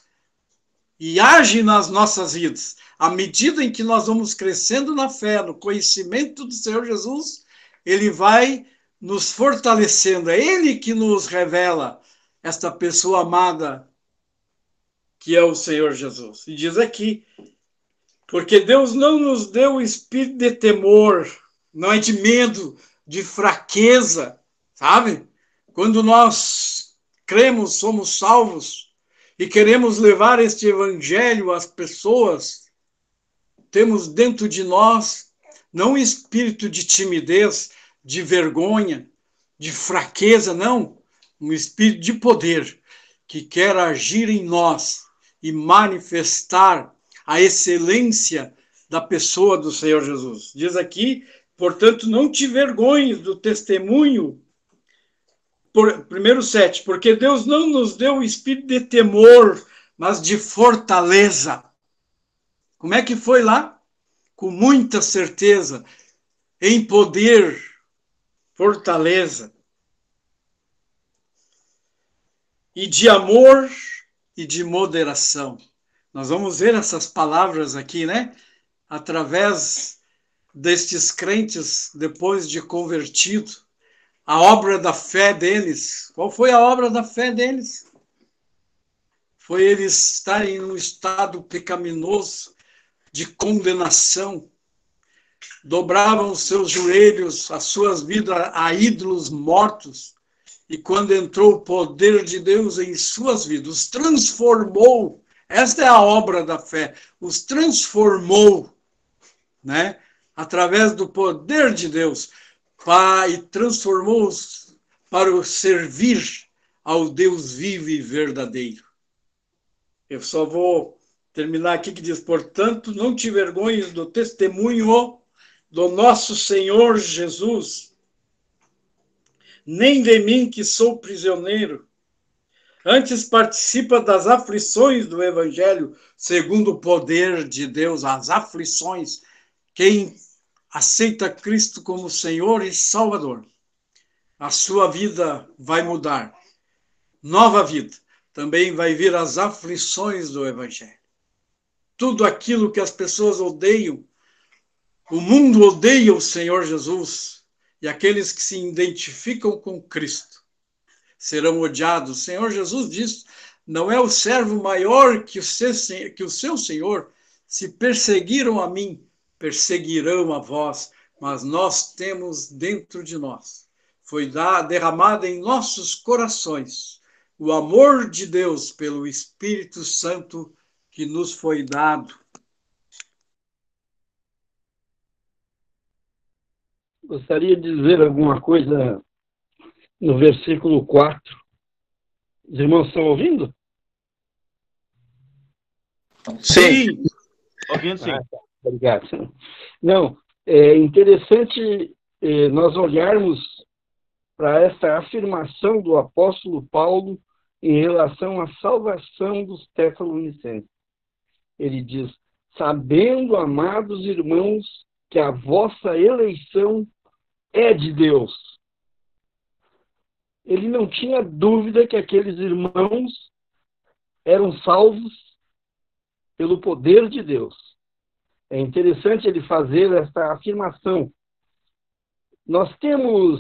e age nas nossas vidas. À medida em que nós vamos crescendo na fé, no conhecimento do Senhor Jesus, ele vai nos fortalecendo. É ele que nos revela esta pessoa amada que é o Senhor Jesus. E diz aqui, porque Deus não nos deu o espírito de temor, não é de medo, de fraqueza, sabe? Quando nós cremos, somos salvos e queremos levar este evangelho às pessoas, temos dentro de nós não um espírito de timidez, de vergonha, de fraqueza, não. Um espírito de poder que quer agir em nós e manifestar a excelência da pessoa do Senhor Jesus. Diz aqui, portanto, não te vergonhes do testemunho. Primeiro 7, porque Deus não nos deu o espírito de temor, mas de fortaleza. Como é que foi lá? Com muita certeza, em poder, fortaleza. E de amor e de moderação. Nós vamos ver essas palavras aqui, né? Através destes crentes, depois de convertido, a obra da fé deles. Qual foi a obra da fé deles? Foi eles estarem num estado pecaminoso, de condenação. Dobravam os seus joelhos, as suas vidas a ídolos mortos. E quando entrou o poder de Deus em suas vidas, os transformou. Esta é a obra da fé. Os transformou, né? Através do poder de Deus. E transformou-os para o servir ao Deus vivo e verdadeiro. Eu só vou terminar aqui que diz, portanto, não te vergonhes do testemunho do nosso Senhor Jesus, nem de mim que sou prisioneiro. Antes participa das aflições do Evangelho, segundo o poder de Deus, as aflições. Quem aceita Cristo como Senhor e Salvador, a sua vida vai mudar. Nova vida. Também vai vir as aflições do Evangelho. Tudo aquilo que as pessoas odeiam, o mundo odeia o Senhor Jesus, e aqueles que se identificam com Cristo serão odiados. O Senhor Jesus diz, não é o servo maior que o seu Senhor. Se perseguiram a mim, perseguirão a vós, mas nós temos dentro de nós, foi derramado em nossos corações, o amor de Deus pelo Espírito Santo que nos foi dado. Gostaria de dizer alguma coisa no versículo 4. Os irmãos estão ouvindo? Sim. Ouvindo, sim. Tá. Obrigado. Não, é interessante nós olharmos para essa afirmação do apóstolo Paulo em relação à salvação dos Tessalonicenses. Ele diz, sabendo, amados irmãos, que a vossa eleição é de Deus. Ele não tinha dúvida que aqueles irmãos eram salvos pelo poder de Deus. É interessante ele fazer essa afirmação. Nós temos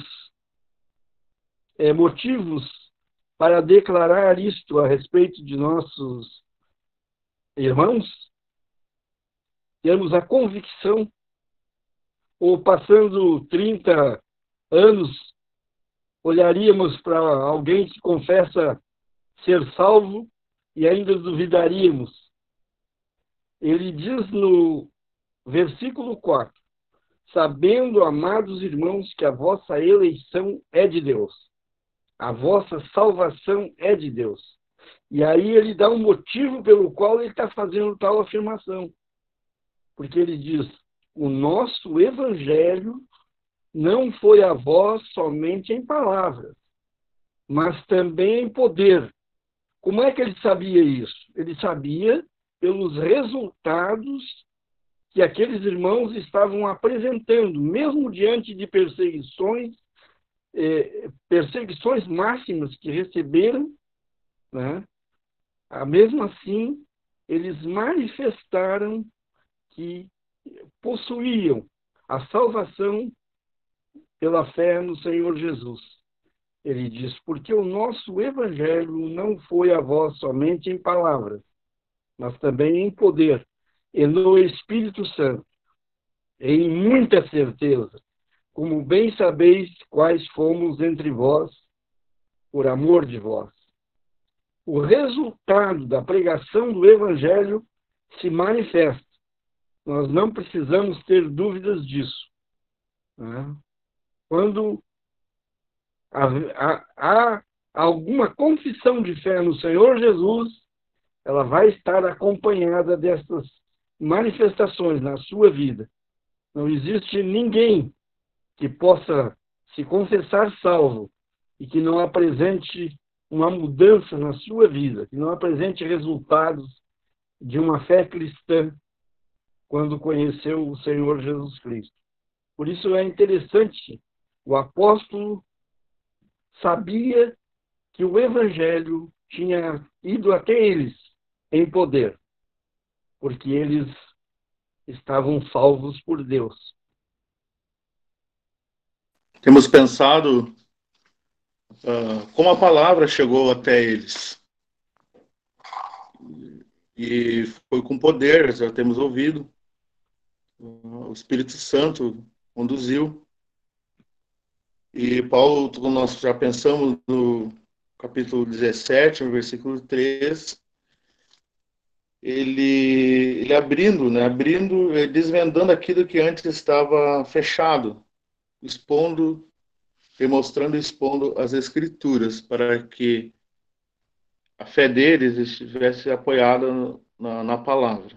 motivos para declarar isto a respeito de nossos irmãos? Temos a convicção, ou passando 30 anos, olharíamos para alguém que confessa ser salvo e ainda duvidaríamos. Ele diz no versículo 4, sabendo, amados irmãos, que a vossa eleição é de Deus, a vossa salvação é de Deus. E aí ele dá um motivo pelo qual ele está fazendo tal afirmação. Porque ele diz, o nosso evangelho não foi a vós somente em palavras, mas também em poder. Como é que ele sabia isso? Ele sabia pelos resultados que aqueles irmãos estavam apresentando, mesmo diante de perseguições máximas que receberam, né? Mesmo assim, eles manifestaram que possuíam a salvação pela fé no Senhor Jesus. Ele diz, porque o nosso evangelho não foi a vós somente em palavras, mas também em poder, e no Espírito Santo, e em muita certeza, como bem sabeis quais fomos entre vós, por amor de vós. O resultado da pregação do evangelho se manifesta. Nós não precisamos ter dúvidas disso, né? Quando há alguma confissão de fé no Senhor Jesus, ela vai estar acompanhada dessas manifestações na sua vida. Não existe ninguém que possa se confessar salvo e que não apresente uma mudança na sua vida, que não apresente resultados de uma fé cristã quando conheceu o Senhor Jesus Cristo. Por isso é interessante, o apóstolo sabia que o evangelho tinha ido até eles em poder, porque eles estavam salvos por Deus. Temos pensado como a palavra chegou até eles. E foi com poder, já temos ouvido. O Espírito Santo conduziu. E Paulo, como nós já pensamos no capítulo 17, no versículo 3, ele abrindo, desvendando aquilo que antes estava fechado, demonstrando e expondo as Escrituras, para que a fé deles estivesse apoiada na palavra.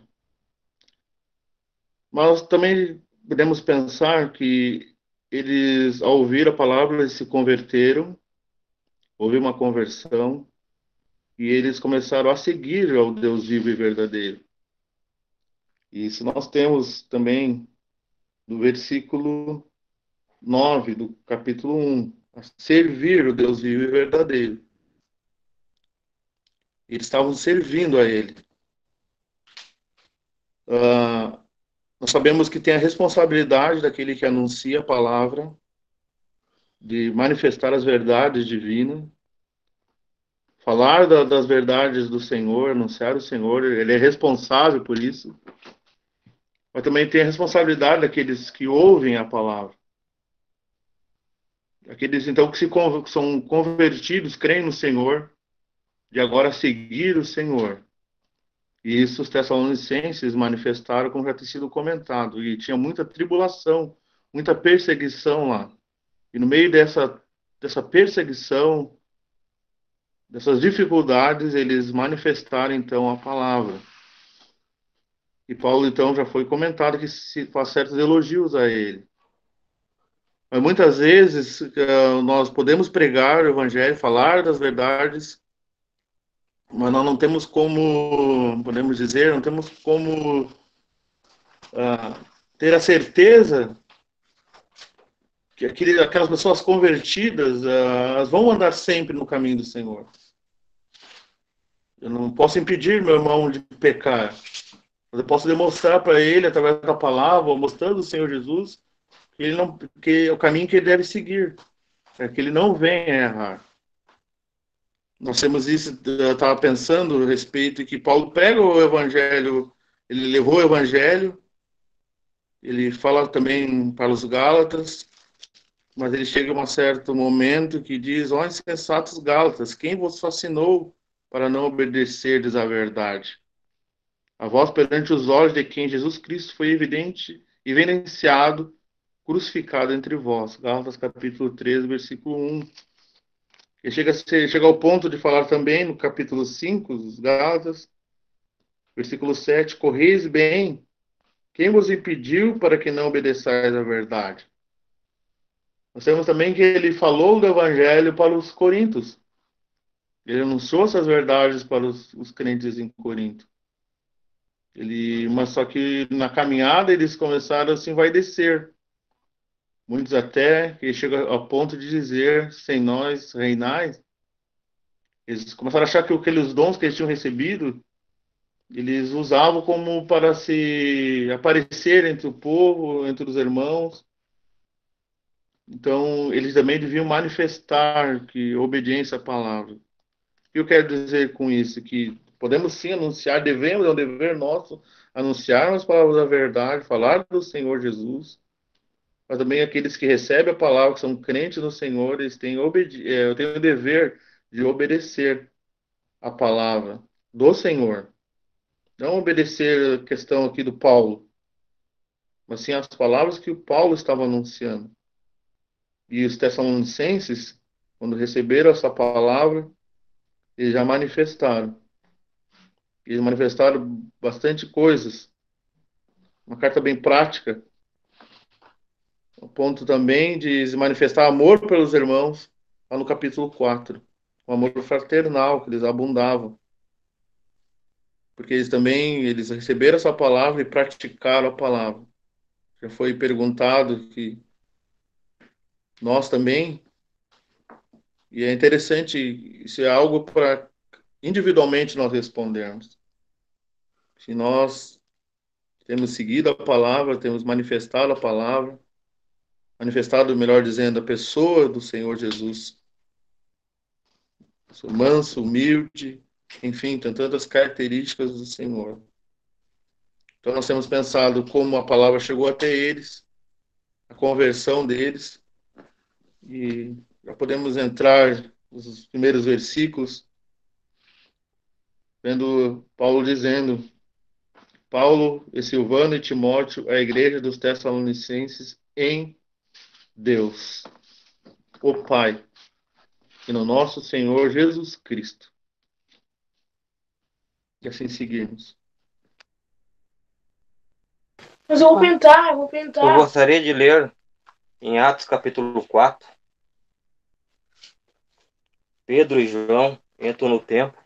Mas também podemos pensar que eles, ao ouvir a palavra, eles se converteram, houve uma conversão, e eles começaram a seguir ao Deus vivo e verdadeiro. E isso nós temos também no versículo 9 do capítulo 1, a servir o Deus vivo e verdadeiro. Eles estavam servindo a Ele. Nós sabemos que tem a responsabilidade daquele que anuncia a palavra, de manifestar as verdades divinas, falar das verdades do Senhor, anunciar o Senhor, ele é responsável por isso. Mas também tem a responsabilidade daqueles que ouvem a palavra. Aqueles, então, que são convertidos, creem no Senhor, de agora seguir o Senhor. E isso os Tessalonicenses manifestaram, como já tem sido comentado. E tinha muita tribulação, muita perseguição lá. E no meio dessa perseguição, dessas dificuldades, eles manifestaram, então, a palavra. E Paulo, então, já foi comentado que se faz certos elogios a ele. Mas muitas vezes nós podemos pregar o evangelho, falar das verdades, mas nós não temos como, podemos dizer, não temos como ter a certeza que aquelas pessoas convertidas elas vão andar sempre no caminho do Senhor. Eu não posso impedir meu irmão de pecar, mas eu posso demonstrar para ele, através da palavra, mostrando o Senhor Jesus, que é o caminho que ele deve seguir, para que ele não venha a errar. Nós temos isso, eu estava pensando a respeito que Paulo pega o evangelho, ele levou o evangelho, ele fala também para os Gálatas, mas ele chega a um certo momento que diz: ó insensatos Gálatas, quem vos fascinou para não obedecerdes à verdade? A vós perante os olhos de quem Jesus Cristo foi evidente e evidenciado, crucificado entre vós. Gálatas capítulo 13, versículo 1. E chega ao ponto de falar também no capítulo 5 dos Gálatas, versículo 7, correis bem, quem vos impediu para que não obedeçais à verdade? Nós temos também que ele falou do evangelho para os coríntios. Ele anunciou essas verdades para os crentes em Corinto. Mas só que na caminhada eles começaram a se envaidecer. Muitos até que chega ao ponto de dizer, sem nós reinais. Eles começaram a achar que aqueles dons que eles tinham recebido, eles usavam como para se aparecer entre o povo, entre os irmãos. Então, eles também deviam manifestar que obediência à palavra. O que eu quero dizer com isso? Que podemos sim anunciar, devemos, é um dever nosso, anunciar as palavras da verdade, falar do Senhor Jesus, mas também aqueles que recebem a palavra, que são crentes no Senhor, eles têm, têm o dever de obedecer a palavra do Senhor. Não obedecer a questão aqui do Paulo, mas sim as palavras que o Paulo estava anunciando. E os Tessalonicenses, quando receberam essa palavra, eles já manifestaram. Eles manifestaram bastante coisas. Uma carta bem prática. O ponto também de se manifestar amor pelos irmãos, lá no capítulo 4. O amor fraternal, que eles abundavam. Porque eles receberam essa palavra e praticaram a palavra. Já foi perguntado que nós também, e é interessante, isso é algo para individualmente nós respondermos. Se nós temos seguido a palavra, temos manifestado a palavra, manifestado, melhor dizendo, a pessoa do Senhor Jesus. Sou manso, humilde, enfim, tem tantas características do Senhor. Então nós temos pensado como a palavra chegou até eles, a conversão deles, e já podemos entrar nos primeiros versículos, vendo Paulo dizendo: Paulo e Silvano e Timóteo, a igreja dos Tessalonicenses em Deus, o Pai, e no nosso Senhor Jesus Cristo. E assim seguimos. Mas eu vou Eu tentar. gostaria de ler em Atos capítulo 4. Pedro e João entram no templo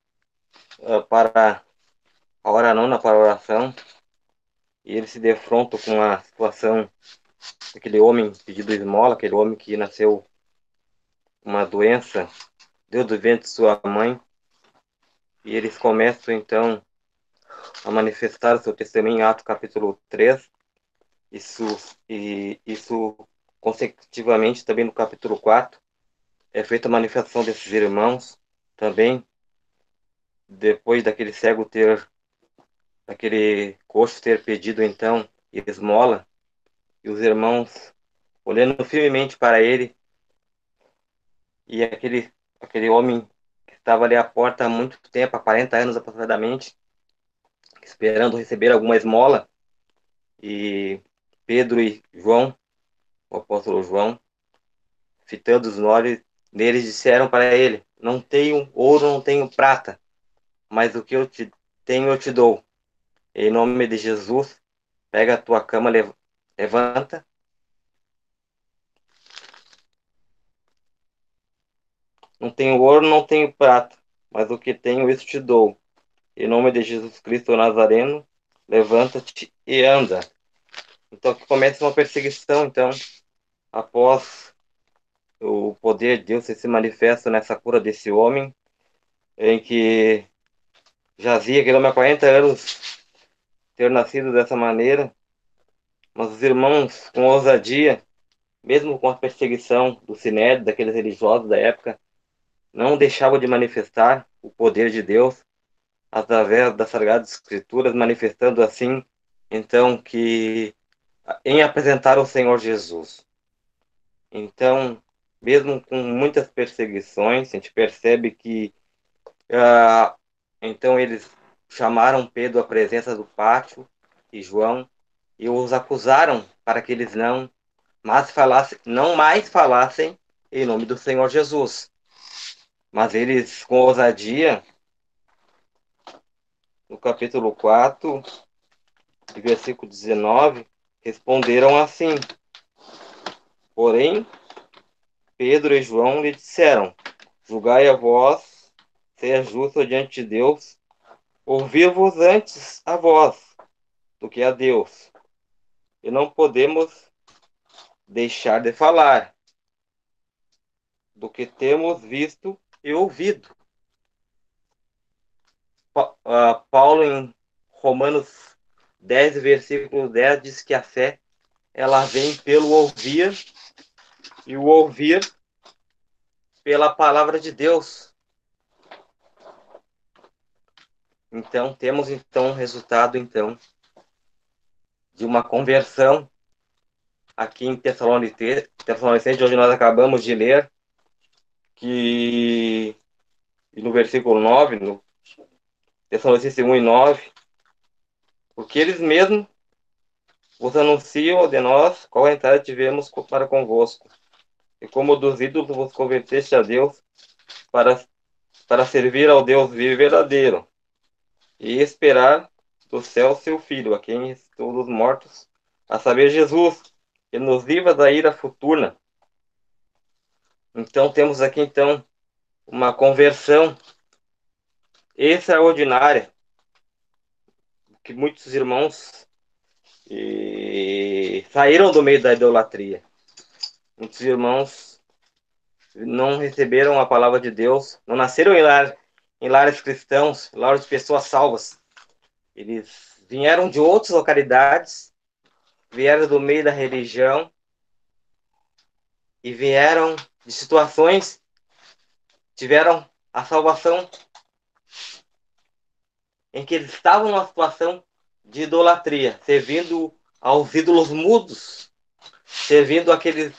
para a hora nona, para a oração, e eles se defrontam com a situação daquele homem pedindo esmola, aquele homem que nasceu com uma doença, deu do ventre de sua mãe, e eles começam então a manifestar o seu testemunho em Atos capítulo 3, isso consecutivamente também no capítulo 4, é feita a manifestação desses irmãos, também depois daquele cego daquele coxo ter pedido então esmola, e os irmãos olhando firmemente para ele, e aquele homem que estava ali à porta há muito tempo, há 40 anos aproximadamente, esperando receber alguma esmola, e Pedro e João, o apóstolo João, fitando os olhos neles, disseram para ele: não tenho ouro, não tenho prata, mas o que eu tenho eu te dou. Em nome de Jesus, pega a tua cama, levanta. Não tenho ouro, não tenho prata, mas o que tenho isso te dou. Em nome de Jesus Cristo Nazareno, levanta-te e anda. Então que começa uma perseguição, então, após o poder de Deus se manifesta nessa cura desse homem, em que jazia aquele homem há 40 anos ter nascido dessa maneira, mas os irmãos, com ousadia, mesmo com a perseguição do Sinédrio, daqueles religiosos da época, não deixavam de manifestar o poder de Deus através das Sagradas Escrituras, manifestando assim, então, que em apresentar o Senhor Jesus. Então, mesmo com muitas perseguições, a gente percebe que então eles chamaram Pedro à presença do pátio e João e os acusaram para que eles não mais falassem em nome do Senhor Jesus. Mas eles, com ousadia, no capítulo 4, versículo 19, responderam assim: porém, Pedro e João lhe disseram: julgai a vós, seja justo diante de Deus, ouvir-vos antes a vós do que a Deus. E não podemos deixar de falar do que temos visto e ouvido. Paulo, em Romanos 10, versículo 10, diz que a fé ela vem pelo ouvir, e o ouvir pela palavra de Deus. Então, temos um resultado de uma conversão aqui em Tessalonicenses, onde nós acabamos de ler, que no versículo 9, no Tessalonicenses 1 e 9, porque eles mesmos vos anunciam de nós qual a entrada tivemos para convosco, e como dos ídolos vos converteste a Deus para servir ao Deus vivo e verdadeiro, e esperar do céu seu Filho, a quem ressuscitou dos mortos, a saber, Jesus, que nos livra da ira futura. Então, temos aqui, uma conversão extraordinária, que muitos irmãos saíram do meio da idolatria. Muitos irmãos não receberam a palavra de Deus, não nasceram em lares cristãos, lares de pessoas salvas. Eles vieram de outras localidades, vieram do meio da religião e vieram de situações, tiveram a salvação em que eles estavam numa situação de idolatria, servindo aos ídolos mudos, servindo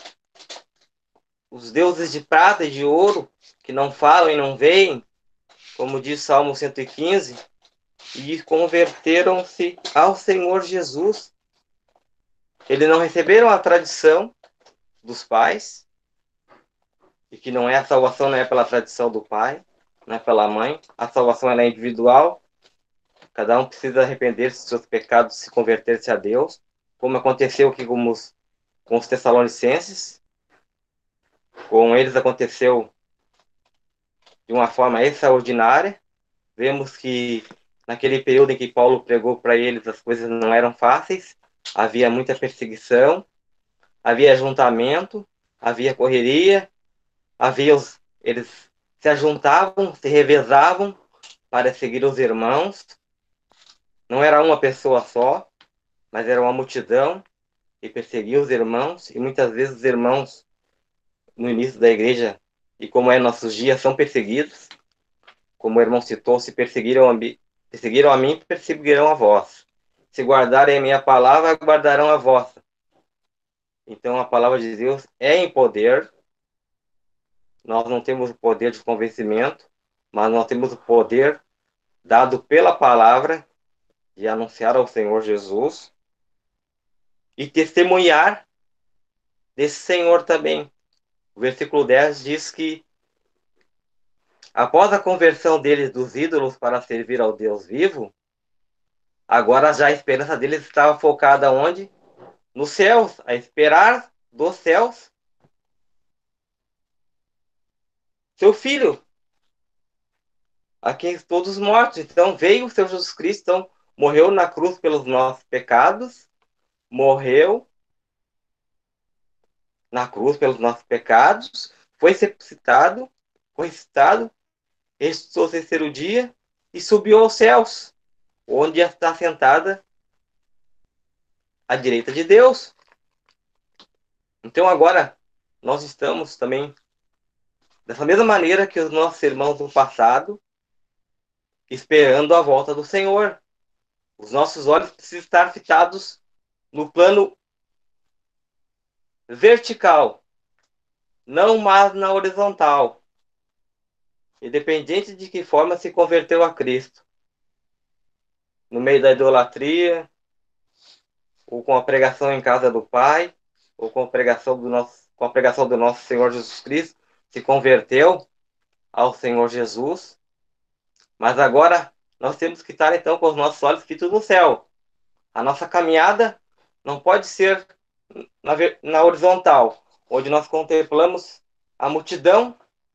os deuses de prata e de ouro, que não falam e não veem, como diz Salmo 115, e converteram-se ao Senhor Jesus. Eles não receberam a tradição dos pais, e que não é a salvação, não é pela tradição do pai, não é pela mãe, a salvação ela é individual, cada um precisa arrepender-se dos seus pecados, se converter-se a Deus, como aconteceu aqui com os Tessalonicenses. Com eles aconteceu de uma forma extraordinária. Vemos que naquele período em que Paulo pregou para eles, as coisas não eram fáceis, havia muita perseguição, havia ajuntamento, havia correria, eles se ajuntavam, se revezavam para seguir os irmãos. Não era uma pessoa só, mas era uma multidão que perseguia os irmãos, e muitas vezes os irmãos, no início da igreja, e como é nossos dias, são perseguidos. Como o irmão citou, se perseguiram a mim, perseguirão a vós. Se guardarem a minha palavra, guardarão a vossa. Então, a palavra de Deus é em poder. Nós não temos o poder de convencimento, mas nós temos o poder dado pela palavra de anunciar ao Senhor Jesus e testemunhar desse Senhor também. O versículo 10 diz que após a conversão deles dos ídolos para servir ao Deus vivo, agora já a esperança deles estava focada onde? Nos céus, a esperar dos céus seu Filho, a quem todos mortos. Então veio o Senhor Jesus Cristo, então morreu na cruz pelos nossos pecados, morreu na cruz pelos nossos pecados, foi ressuscitado, ressuscitou no terceiro dia e subiu aos céus, onde está sentada à direita de Deus. Então agora nós estamos também Dessa mesma maneira que os nossos irmãos do passado, esperando a volta do Senhor. Os nossos olhos precisam estar fitados no plano vertical, não mais na horizontal. Independente de que forma se converteu a Cristo. No meio da idolatria, ou com a pregação em casa do Pai, ou com a pregação do nosso Senhor Jesus Cristo, se converteu ao Senhor Jesus. Mas agora nós temos que estar então com os nossos olhos fitos no céu. A nossa caminhada não pode ser na horizontal, onde nós contemplamos a multidão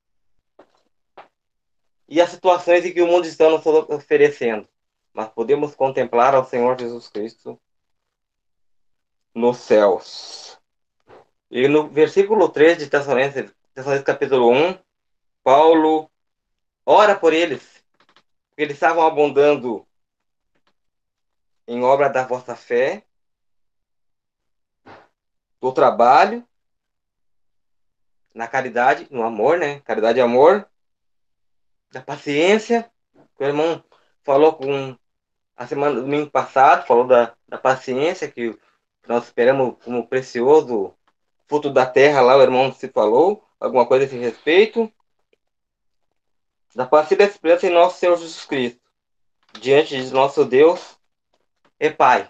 e as situações em que o mundo está nos oferecendo. Mas podemos contemplar ao Senhor Jesus Cristo nos céus. E no versículo 3 de Tessalonicenses capítulo 1, Paulo ora por eles, porque eles estavam abundando em obra da vossa fé, do trabalho, na caridade, no amor, né? Caridade e amor, da paciência. O irmão falou com a semana do domingo passado, falou da paciência, que nós esperamos como precioso fruto da terra lá, o irmão se falou, alguma coisa a esse respeito. Da paciência e da esperança em nosso Senhor Jesus Cristo, diante de nosso Deus e Pai.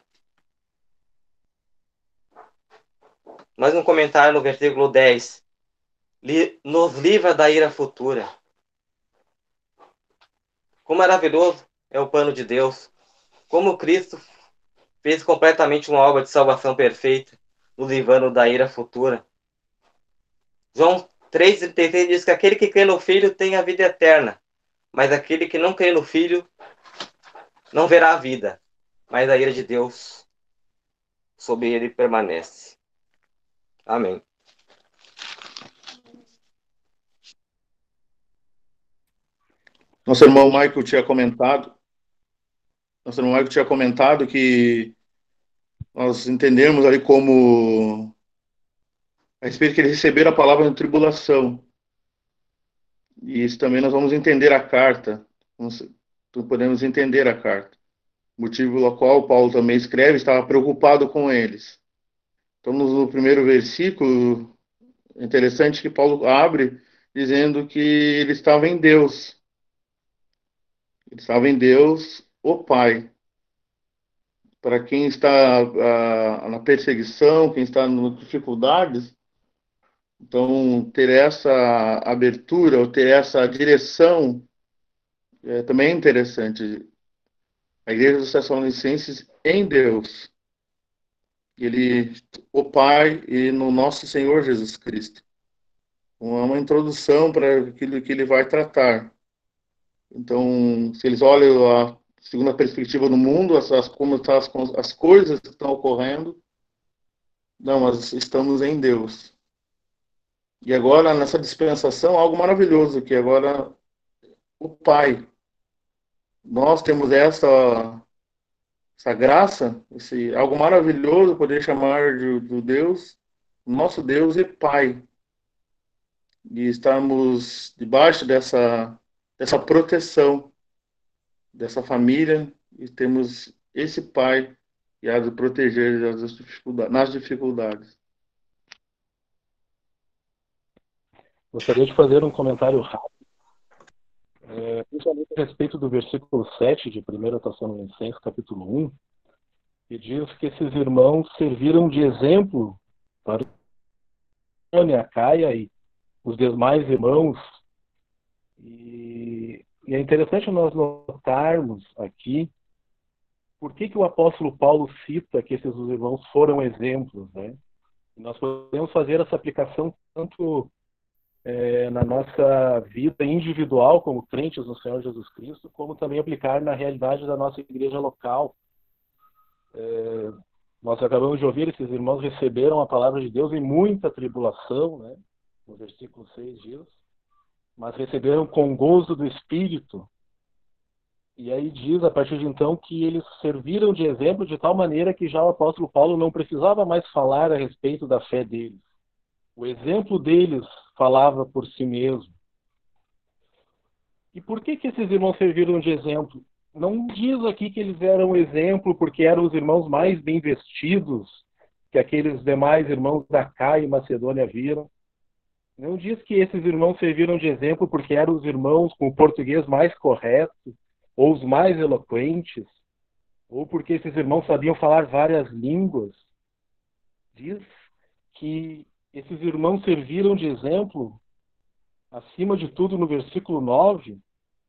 Mais um comentário no versículo 10. Nos livra da ira futura. Como maravilhoso é o plano de Deus. Como Cristo fez completamente uma obra de salvação perfeita, nos livrando da ira futura. João 3,36 diz que aquele que crê no Filho tem a vida eterna, mas aquele que não crê no Filho não verá a vida, mas a ira de Deus sobre ele permanece. Amém. Nosso irmão Michael tinha comentado que nós entendemos ali como a respeito que eles receberam a palavra de tribulação. E isso também nós vamos entender a carta. Podemos entender a carta. Motivo pelo qual Paulo também escreve, estava preocupado com eles. Então, no primeiro versículo, é interessante que Paulo abre dizendo que ele estava em Deus. Ele estava em Deus, o Pai. Para quem está na perseguição, quem está nas dificuldades, então ter essa abertura, ou ter essa direção, também é interessante. A igreja dos Tessalonicenses em Deus. Ele, o Pai e no nosso Senhor Jesus Cristo. Uma introdução para aquilo que ele vai tratar. Então, se eles olham a segunda perspectiva do mundo, como estão as coisas que estão ocorrendo, não, mas estamos em Deus. E agora, nessa dispensação, algo maravilhoso, que agora o Pai. Nós temos essa graça, algo maravilhoso, poder chamar de Deus, nosso Deus e Pai. E estarmos debaixo dessa proteção, dessa família, e temos esse Pai que há de proteger nas dificuldades. Gostaria de fazer um comentário rápido, principalmente a respeito do versículo 7 de 1 Tessalonicenses, capítulo 1, que diz que esses irmãos serviram de exemplo para a Caia e os demais irmãos. E é interessante nós notarmos aqui por que o apóstolo Paulo cita que esses irmãos foram exemplos, né? Nós podemos fazer essa aplicação tanto na nossa vida individual como crentes no Senhor Jesus Cristo, como também aplicar na realidade da nossa igreja local. Nós acabamos de ouvir, esses irmãos receberam a palavra de Deus em muita tribulação, né? No versículo 6 diz, mas receberam com gozo do Espírito. E aí diz, a partir de então, que eles serviram de exemplo de tal maneira que já o apóstolo Paulo não precisava mais falar a respeito da fé deles. O exemplo deles falava por si mesmo. E por que esses irmãos serviram de exemplo? Não diz aqui que eles eram exemplo porque eram os irmãos mais bem vestidos que aqueles demais irmãos da Caia e Macedônia viram. Não diz que esses irmãos serviram de exemplo porque eram os irmãos com o português mais correto, ou os mais eloquentes, ou porque esses irmãos sabiam falar várias línguas. Diz que esses irmãos serviram de exemplo, acima de tudo, no versículo 9,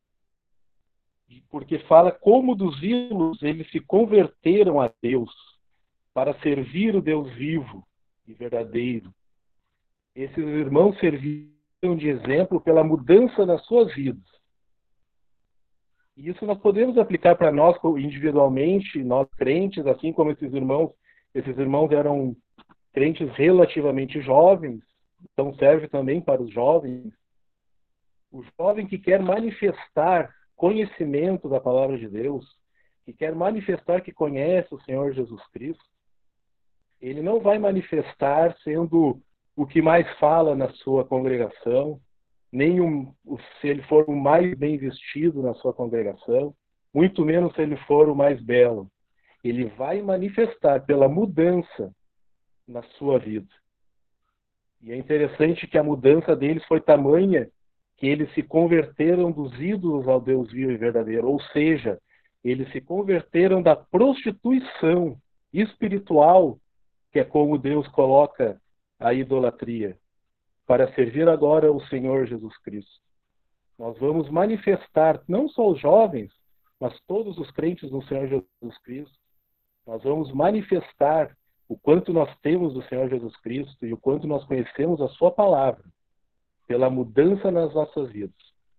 porque fala como dos ídolos eles se converteram a Deus para servir o Deus vivo e verdadeiro. Esses irmãos serviram de exemplo pela mudança nas suas vidas. E isso nós podemos aplicar para nós individualmente, nós crentes, assim como esses irmãos eram crentes relativamente jovens, então serve também para os jovens. O jovem que quer manifestar conhecimento da palavra de Deus, que quer manifestar que conhece o Senhor Jesus Cristo, ele não vai manifestar sendo o que mais fala na sua congregação, nem se ele for o mais bem vestido na sua congregação, muito menos se ele for o mais belo. Ele vai manifestar pela mudança na sua vida. E é interessante que a mudança deles foi tamanha que eles se converteram dos ídolos ao Deus vivo e verdadeiro, ou seja, eles se converteram da prostituição espiritual, que é como Deus coloca a idolatria, para servir agora o Senhor Jesus Cristo. Nós vamos manifestar, não só os jovens, mas todos os crentes no Senhor Jesus Cristo, nós vamos manifestar o quanto nós temos do Senhor Jesus Cristo e o quanto nós conhecemos a sua palavra, pela mudança nas nossas vidas.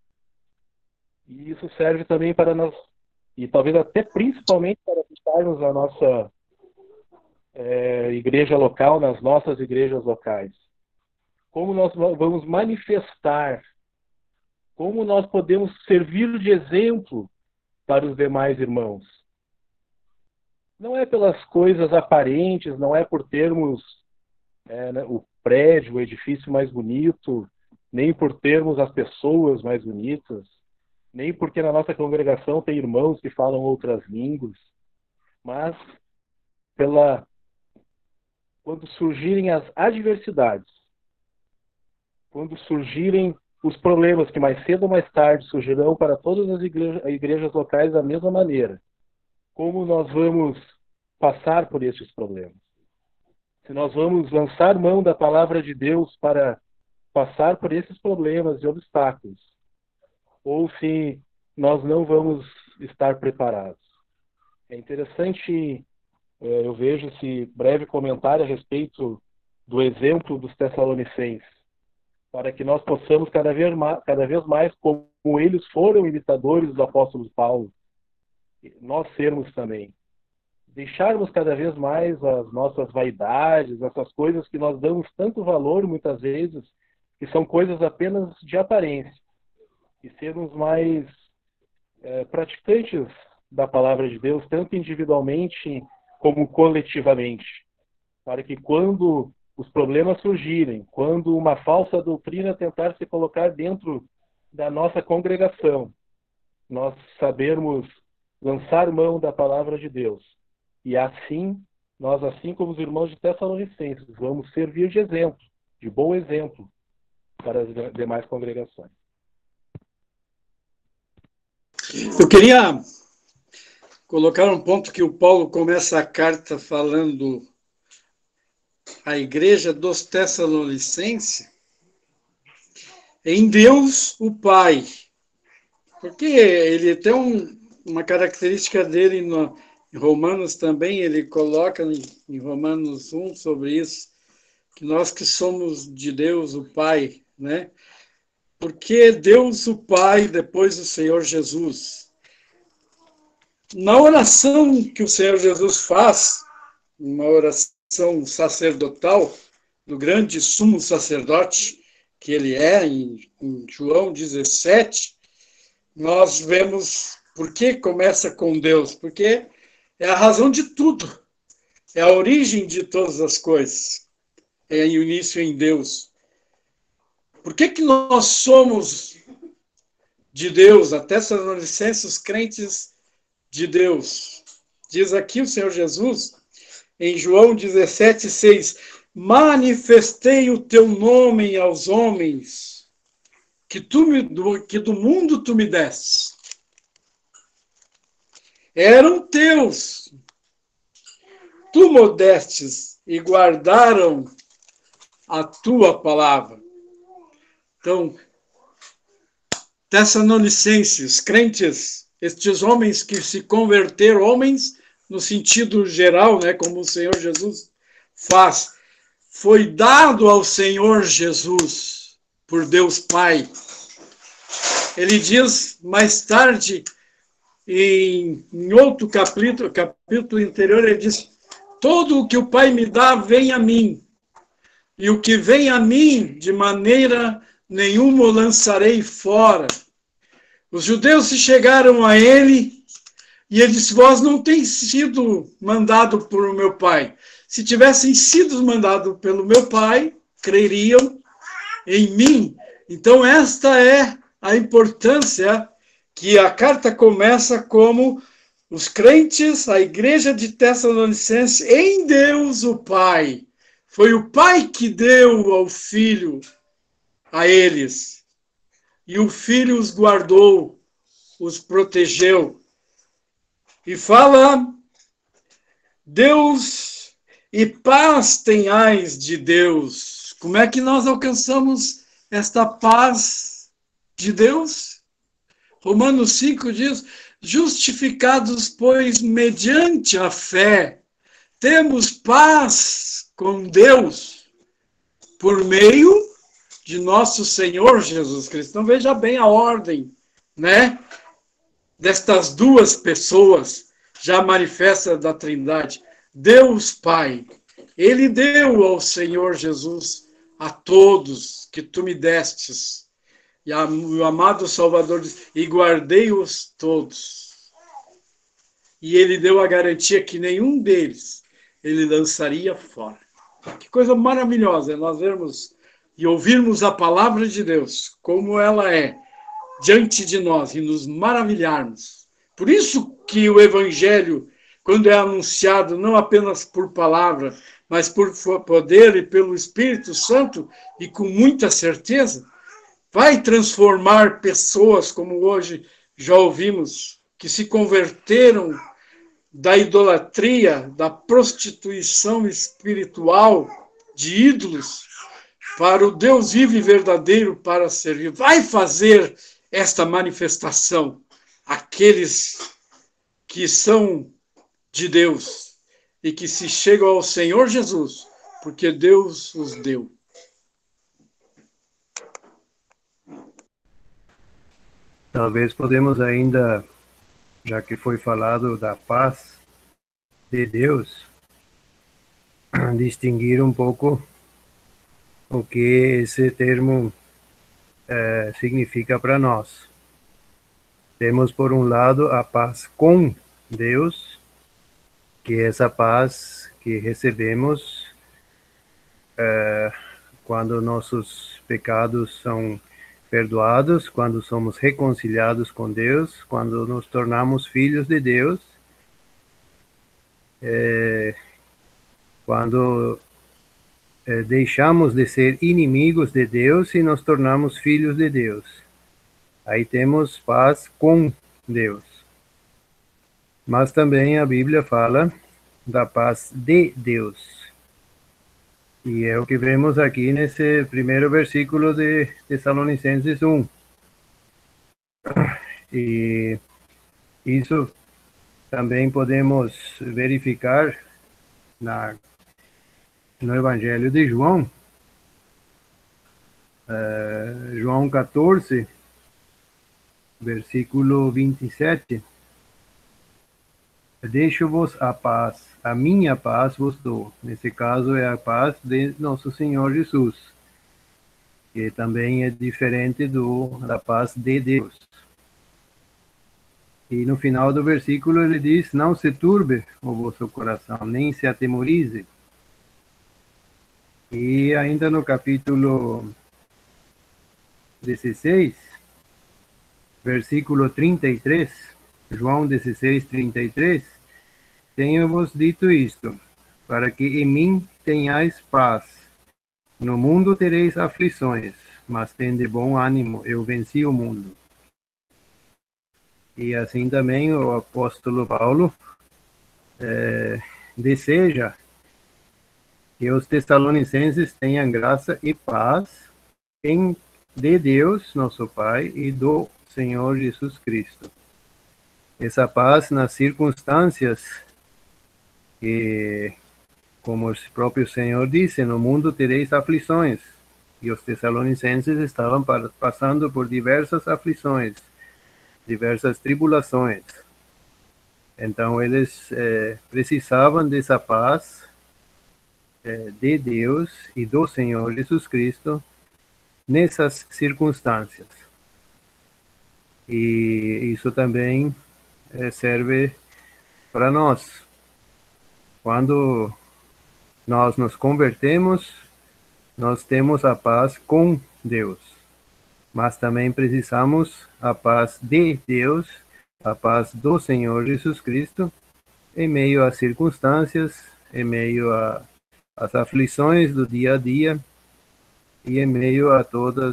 E isso serve também para nós, e talvez até principalmente para estarmos na nossa igreja local, nas nossas igrejas locais. Como nós vamos manifestar, como nós podemos servir de exemplo para os demais irmãos. Não é pelas coisas aparentes, não é por termos o prédio, o edifício mais bonito, nem por termos as pessoas mais bonitas, nem porque na nossa congregação tem irmãos que falam outras línguas, mas quando surgirem as adversidades, quando surgirem os problemas que mais cedo ou mais tarde surgirão para todas as igrejas locais da mesma maneira, como nós vamos passar por esses problemas? Se nós vamos lançar mão da palavra de Deus para passar por esses problemas e obstáculos, ou se nós não vamos estar preparados. É interessante, eu vejo esse breve comentário a respeito do exemplo dos Tessalonicenses, para que nós possamos cada vez mais, como eles foram imitadores do apóstolo Paulo, nós sermos também. Deixarmos cada vez mais as nossas vaidades, essas coisas que nós damos tanto valor muitas vezes, que são coisas apenas de aparência, e sermos mais praticantes da palavra de Deus, tanto individualmente como coletivamente, para que quando os problemas surgirem, quando uma falsa doutrina tentar se colocar dentro da nossa congregação, nós sabermos lançar mão da palavra de Deus. E assim, nós, assim como os irmãos de Tessalonicenses, vamos servir de exemplo, de bom exemplo, para as demais congregações. Eu queria colocar um ponto que o Paulo começa a carta falando à igreja dos Tessalonicenses, em Deus o Pai. Porque ele tem uma característica dele em Romanos também, ele coloca em Romanos 1 sobre isso, que nós que somos de Deus o Pai, né? Porque Deus o Pai, depois o Senhor Jesus. Na oração que o Senhor Jesus faz, uma oração sacerdotal, do grande sumo sacerdote que ele é, em João 17, nós vemos por que começa com Deus, porque é a razão de tudo, é a origem de todas as coisas, é o início em Deus. Por que nós somos de Deus, a Tessalonicenses, os crentes de Deus. Diz aqui o Senhor Jesus, em João 17,6, manifestei o teu nome aos homens, que do mundo tu me deste. Eram teus, tu modestes e guardaram a tua palavra. Então, Tessalonicenses, crentes, estes homens que se converteram, homens no sentido geral, né, como o Senhor Jesus faz, foi dado ao Senhor Jesus por Deus Pai. Ele diz mais tarde, em outro capítulo anterior, ele diz, todo o que o Pai me dá vem a mim, e o que vem a mim, de maneira nenhuma o lançarei fora. Os judeus se chegaram a ele, e ele disse, vós não teis sido mandado por meu Pai. Se tivessem sido mandados pelo meu Pai, creriam em mim. Então esta é a importância que a carta começa como os crentes, a igreja de Tessalonicenses, em Deus o Pai. Foi o Pai que deu ao Filho a eles. E o Filho os guardou, os protegeu. E fala, Deus e paz tenhais de Deus. Como é que nós alcançamos esta paz de Deus? Romanos 5 diz, justificados, pois, mediante a fé, temos paz com Deus, por meio de nosso Senhor Jesus Cristo. Então veja bem a ordem, né, destas duas pessoas já manifesta da Trindade. Deus Pai, Ele deu ao Senhor Jesus a todos que tu me destes. E o amado Salvador diz, e guardei-os todos. E Ele deu a garantia que nenhum deles Ele lançaria fora. Que coisa maravilhosa é nós vermos e ouvirmos a palavra de Deus, como ela é, diante de nós, e nos maravilharmos. Por isso que o Evangelho, quando é anunciado, não apenas por palavra, mas por poder e pelo Espírito Santo, e com muita certeza, vai transformar pessoas, como hoje já ouvimos, que se converteram da idolatria, da prostituição espiritual, de ídolos, para o Deus vivo e verdadeiro para servir. Vai fazer esta manifestação aqueles que são de Deus e que se chegam ao Senhor Jesus, porque Deus os deu. Talvez podemos ainda, já que foi falado da paz de Deus, distinguir um pouco o que esse termo significa para nós. Temos, por um lado, a paz com Deus, que é essa paz que recebemos quando nossos pecados são perdoados, quando somos reconciliados com Deus, quando nos tornamos filhos de Deus, quando deixamos de ser inimigos de Deus e nos tornamos filhos de Deus. Aí temos paz com Deus. Mas também a Bíblia fala da paz de Deus. E é o que vemos aqui nesse primeiro versículo de Tessalonicenses 1. E isso também podemos verificar no Evangelho de João, João 14, versículo 27. Deixo-vos a paz, a minha paz vos dou. Nesse caso é a paz de nosso Senhor Jesus, que também é diferente da paz de Deus. E no final do versículo ele diz, não se turbe o vosso coração, nem se atemorize. E ainda no capítulo 16, versículo 33, João 16, 33, tenho-vos dito isto, para que em mim tenhais paz. No mundo tereis aflições, mas tende bom ânimo, eu venci o mundo. E assim também o apóstolo Paulo deseja que os tessalonicenses tenham graça e paz de Deus, nosso Pai, e do Senhor Jesus Cristo. Essa paz nas circunstâncias que, como o próprio Senhor disse, no mundo tereis aflições. E os tessalonicenses estavam passando por diversas aflições, diversas tribulações. Então, eles precisavam dessa paz de Deus e do Senhor Jesus Cristo nessas circunstâncias. E isso também serve para nós. Quando nós nos convertemos, nós temos a paz com Deus. Mas também precisamos a paz de Deus, a paz do Senhor Jesus Cristo, em meio às circunstâncias, em meio às aflições do dia a dia e em meio a todas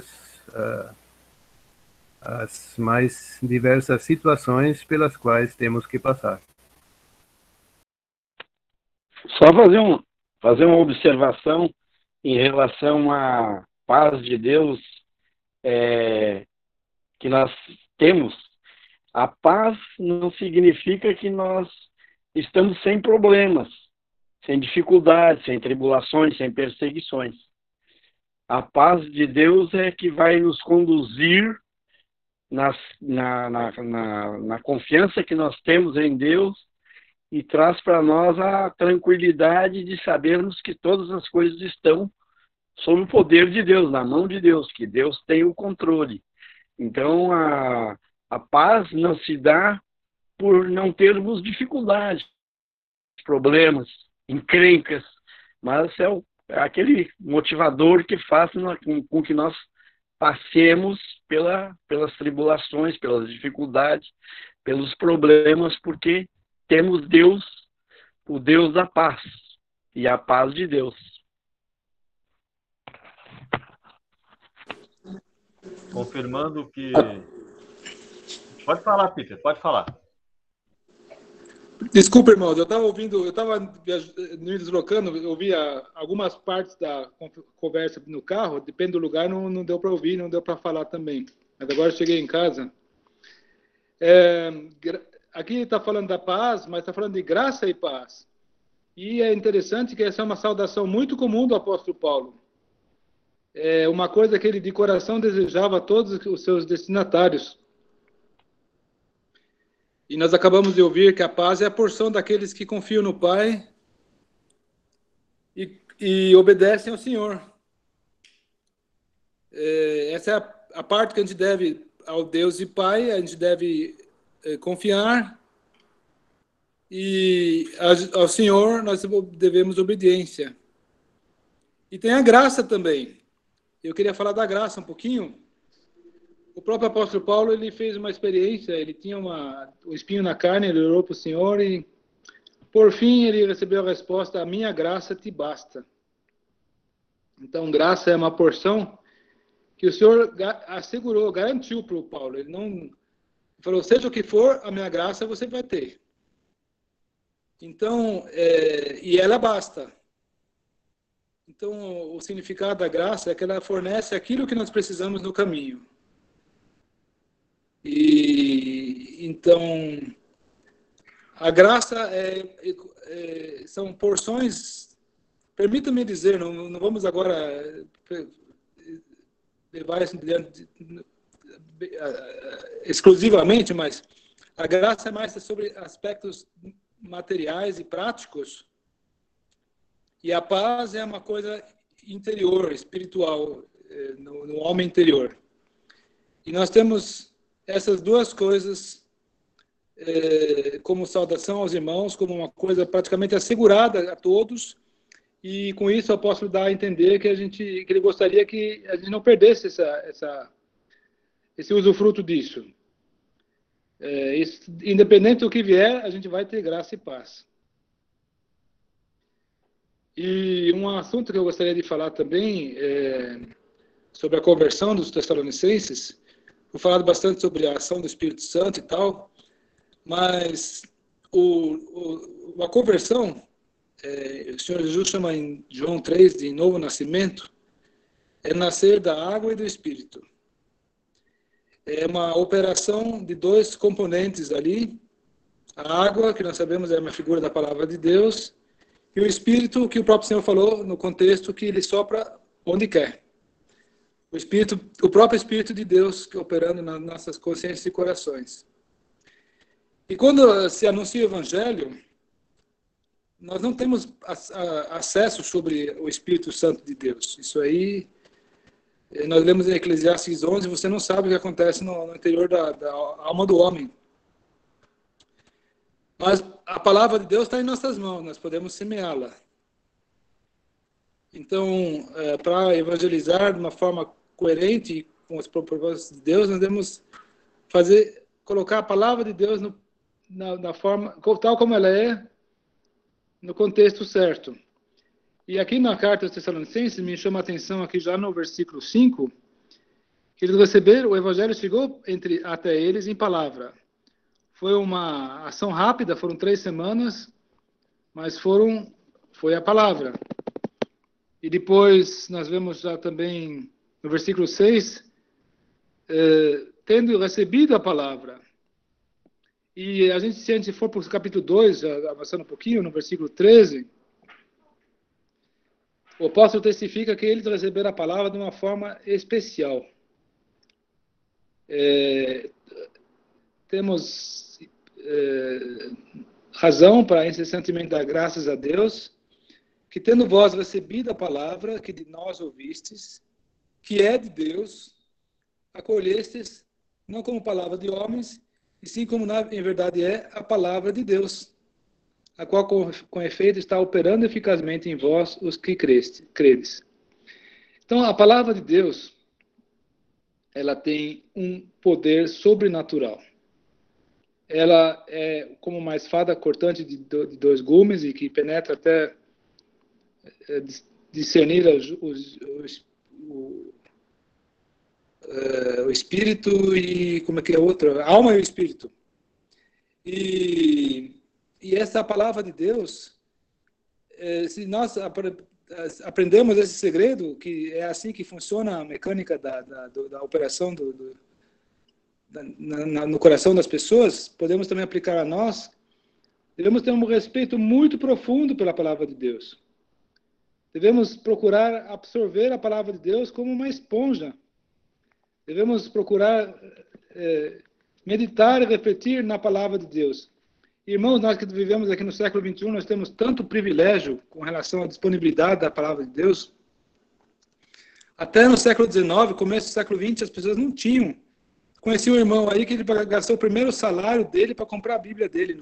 as mais diversas situações pelas quais temos que passar. Só fazer uma observação em relação à paz de Deus que nós temos. A paz não significa que nós estamos sem problemas, sem dificuldades, sem tribulações, sem perseguições. A paz de Deus é que vai nos conduzir na confiança que nós temos em Deus e traz para nós a tranquilidade de sabermos que todas as coisas estão sob o poder de Deus, na mão de Deus, que Deus tem o controle. Então, a paz não se dá por não termos dificuldades, problemas, encrencas, mas é aquele motivador que faz com que nós passemos pelas tribulações, pelas dificuldades, pelos problemas, porque temos Deus, o Deus da paz, e a paz de Deus. Confirmando que... Pode falar, Peter, pode falar. Desculpa, irmãos, eu estava me deslocando, eu ouvia algumas partes da conversa no carro, depende do lugar, não deu para ouvir, não deu para falar também. Mas agora eu cheguei em casa. Aqui está falando da paz, mas está falando de graça e paz. E é interessante que essa é uma saudação muito comum do apóstolo Paulo. É uma coisa que ele de coração desejava a todos os seus destinatários. E nós acabamos de ouvir que a paz é a porção daqueles que confiam no Pai e obedecem ao Senhor. Essa é a parte que a gente deve ao Deus e Pai, a gente deve confiar, e ao Senhor nós devemos obediência. E tem a graça também. Eu queria falar da graça um pouquinho. O próprio apóstolo Paulo, ele fez uma experiência, ele tinha um espinho na carne, ele orou para o Senhor e, por fim, ele recebeu a resposta: a minha graça te basta. Então, graça é uma porção que o Senhor assegurou, garantiu para o Paulo. Ele não falou: seja o que for, a minha graça você vai ter. Então, e ela basta. Então, o significado da graça é que ela fornece aquilo que nós precisamos no caminho. E então, a graça são porções, permita-me dizer, não vamos agora levar isso exclusivamente, mas a graça é mais sobre aspectos materiais e práticos, e a paz é uma coisa interior, espiritual, no homem interior. E nós temos essas duas coisas como saudação aos irmãos, como uma coisa praticamente assegurada a todos, e com isso o apóstolo dá a entender que ele gostaria que a gente não perdesse esse usufruto disso. Independente do que vier, a gente vai ter graça e paz. E um assunto que eu gostaria de falar também é sobre a conversão dos Tessalonicenses. Foi falado bastante sobre a ação do Espírito Santo e tal, mas a conversão, o Senhor Jesus chama em João 3 de novo nascimento, é nascer da água e do Espírito. É uma operação de dois componentes ali. A água, que nós sabemos é uma figura da palavra de Deus, e o Espírito, que o próprio Senhor falou no contexto que ele sopra onde quer. O próprio Espírito de Deus que operando nas nossas consciências e corações. E quando se anuncia o Evangelho, nós não temos acesso sobre o Espírito Santo de Deus. Isso aí, nós lemos em Eclesiastes 11, você não sabe o que acontece no interior da alma do homem. Mas a palavra de Deus está em nossas mãos, nós podemos semeá-la. Então, para evangelizar de uma forma coerente com os propósitos de Deus, nós devemos colocar a palavra de Deus na forma, tal como ela é, no contexto certo. E aqui na carta aos Tessalonicenses, me chama a atenção aqui já no versículo 5, que eles receberam, o evangelho chegou até eles em palavra. Foi uma ação rápida, foram 3 semanas, mas foi a palavra. E depois nós vemos já também no versículo 6, tendo recebido a palavra. E se a gente for para o capítulo 2, avançando um pouquinho, no versículo 13, o apóstolo testifica que eles receberam a palavra de uma forma especial. Temos razão para incessantemente dar graças a Deus, que tendo vós recebido a palavra que de nós ouvistes, que é de Deus, acolhestes, não como palavra de homens, e sim como em verdade é a palavra de Deus, a qual com efeito está operando eficazmente em vós os que credes. Então, a palavra de Deus, ela tem um poder sobrenatural. Ela é como uma espada cortante de 2 gumes e que penetra até discernir o espírito e como é que é outra? A alma e o espírito. E essa palavra de Deus, se nós aprendemos esse segredo, que é assim que funciona a mecânica da operação no coração das pessoas, podemos também aplicar a nós. Devemos ter um respeito muito profundo pela palavra de Deus. Devemos procurar absorver a palavra de Deus como uma esponja. Devemos procurar meditar e refletir na palavra de Deus. Irmãos, nós que vivemos aqui no século XXI, nós temos tanto privilégio com relação à disponibilidade da palavra de Deus. Até no século XIX, começo do século XX, as pessoas não tinham. Conheci um irmão aí que ele gastou o primeiro salário dele para comprar a Bíblia dele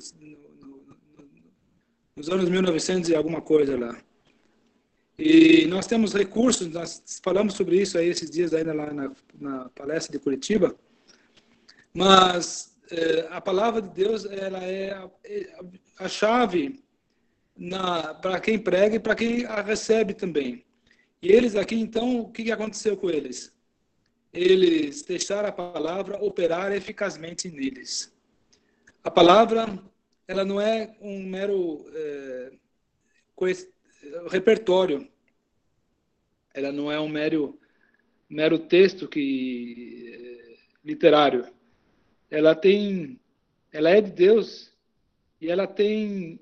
nos anos 1900 e alguma coisa lá. E nós temos recursos, nós falamos sobre isso aí esses dias ainda lá na palestra de Curitiba, mas a palavra de Deus, ela é a chave para quem prega e para quem a recebe também. E eles aqui, então, o que aconteceu com eles? Eles deixaram a palavra operar eficazmente neles. A palavra, ela não é um mero repertório. Ela não é um mero texto literário. Ela é de Deus e ela tem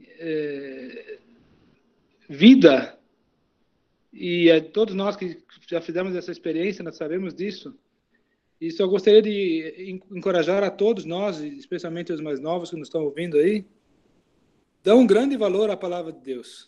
vida. E todos nós que já fizemos essa experiência, nós sabemos disso. E só gostaria de encorajar a todos nós, especialmente os mais novos que nos estão ouvindo aí, dão um grande valor à palavra de Deus.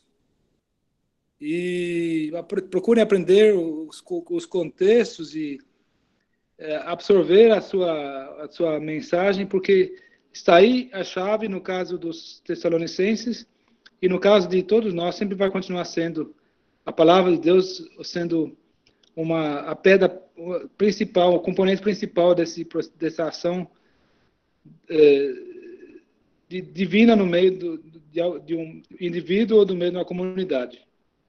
E procurem aprender os contextos e absorver a sua mensagem, porque está aí a chave no caso dos Tessalonicenses e no caso de todos nós, sempre vai continuar sendo a palavra de Deus, sendo a pedra principal, o componente principal dessa ação divina no meio de um indivíduo ou do meio de uma comunidade.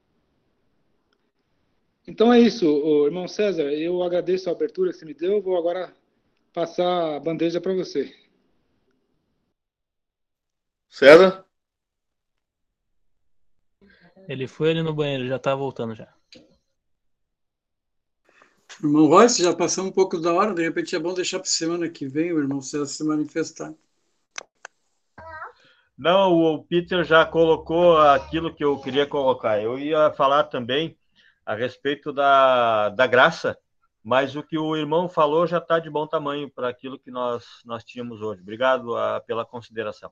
Então é isso, irmão César, eu agradeço a abertura que você me deu, vou agora passar a bandeja para você. César? Ele foi ali no banheiro, já tá voltando já. Irmão Royce, já passou um pouco da hora, de repente é bom deixar para semana que vem o irmão César se manifestar. Não, o Peter já colocou aquilo que eu queria colocar. Eu ia falar também a respeito da graça, mas o que o irmão falou já está de bom tamanho para aquilo que nós tínhamos hoje. Obrigado pela consideração.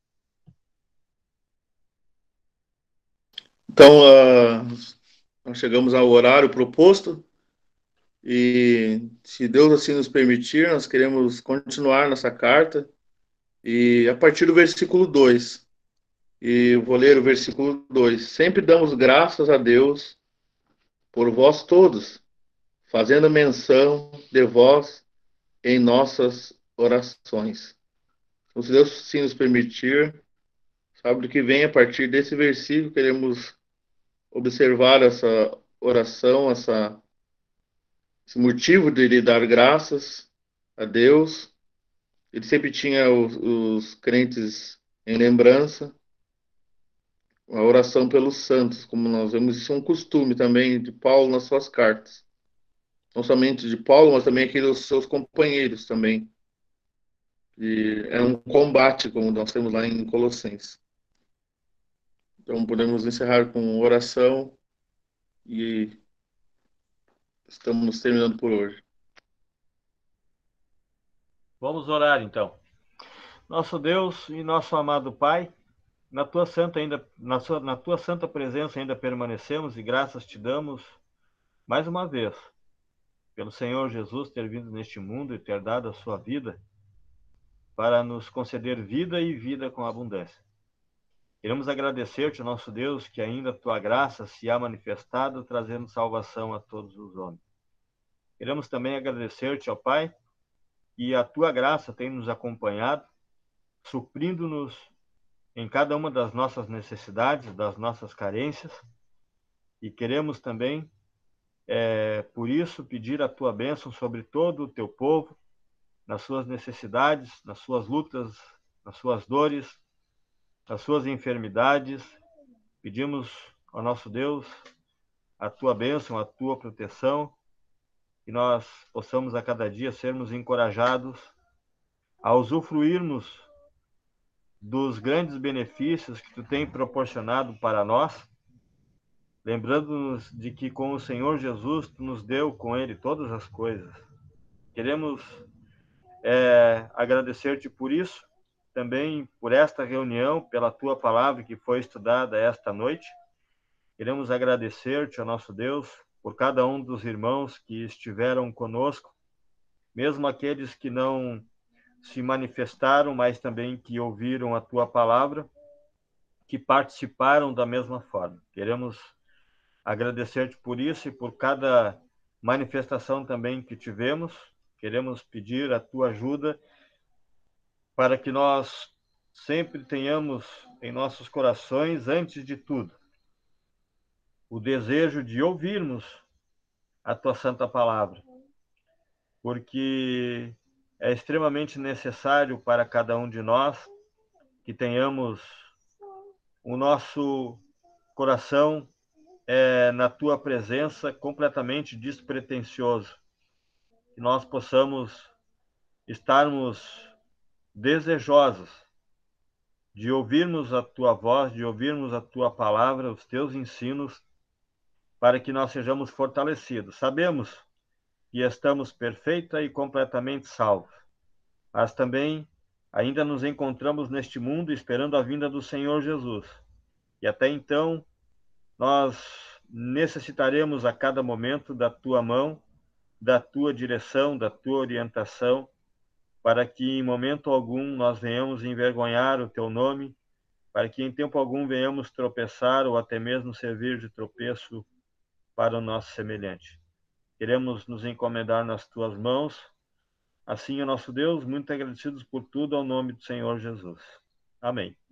Então, nós chegamos ao horário proposto e, se Deus assim nos permitir, nós queremos continuar nessa carta e a partir do versículo 2. E eu vou ler o versículo 2. Sempre damos graças a Deus por vós todos, fazendo menção de vós em nossas orações. Então, se Deus sim nos permitir, sabe do que vem a partir desse versículo, queremos observar essa oração, esse motivo de ele dar graças a Deus. Ele sempre tinha os crentes em lembrança. A oração pelos santos, como nós vemos, isso é um costume também de Paulo nas suas cartas. Não somente de Paulo, mas também aqueles seus companheiros também. E é um combate, como nós temos lá em Colossenses. Então podemos encerrar com oração e estamos terminando por hoje. Vamos orar então. Nosso Deus e nosso amado Pai, na tua santa presença ainda permanecemos e graças te damos mais uma vez pelo Senhor Jesus ter vindo neste mundo e ter dado a sua vida para nos conceder vida e vida com abundância. Queremos agradecer-te, nosso Deus, que ainda a tua graça se há manifestado, trazendo salvação a todos os homens. Queremos também agradecer-te, ó Pai, que a tua graça tem nos acompanhado, suprindo-nos em cada uma das nossas necessidades, das nossas carências, e queremos também, por isso, pedir a tua bênção sobre todo o teu povo, nas suas necessidades, nas suas lutas, nas suas dores, nas suas enfermidades. Pedimos ao nosso Deus a tua bênção, a tua proteção, que nós possamos a cada dia sermos encorajados a usufruirmos dos grandes benefícios que tu tem proporcionado para nós, lembrando-nos de que com o Senhor Jesus tu nos deu com ele todas as coisas. Queremos agradecer-te por isso, também por esta reunião, pela tua palavra que foi estudada esta noite. Queremos agradecer-te, ó nosso Deus, por cada um dos irmãos que estiveram conosco, mesmo aqueles que não se manifestaram, mas também que ouviram a tua palavra, que participaram da mesma forma. Queremos agradecer-te por isso e por cada manifestação também que tivemos. Queremos pedir a tua ajuda para que nós sempre tenhamos em nossos corações, antes de tudo, o desejo de ouvirmos a tua santa palavra, porque é extremamente necessário para cada um de nós que tenhamos o nosso coração na tua presença completamente despretensioso, que nós possamos estarmos desejosos de ouvirmos a tua voz, de ouvirmos a tua palavra, os teus ensinos, para que nós sejamos fortalecidos. Sabemos que estamos perfeita e completamente salvos, mas também ainda nos encontramos neste mundo esperando a vinda do Senhor Jesus. E até então, nós necessitaremos a cada momento da tua mão, da tua direção, da tua orientação, para que em momento algum nós venhamos envergonhar o teu nome, para que em tempo algum venhamos tropeçar ou até mesmo servir de tropeço para o nosso semelhante. Queremos nos encomendar nas tuas mãos, Assim, o nosso Deus, muito agradecidos por tudo, ao nome do Senhor Jesus. Amém.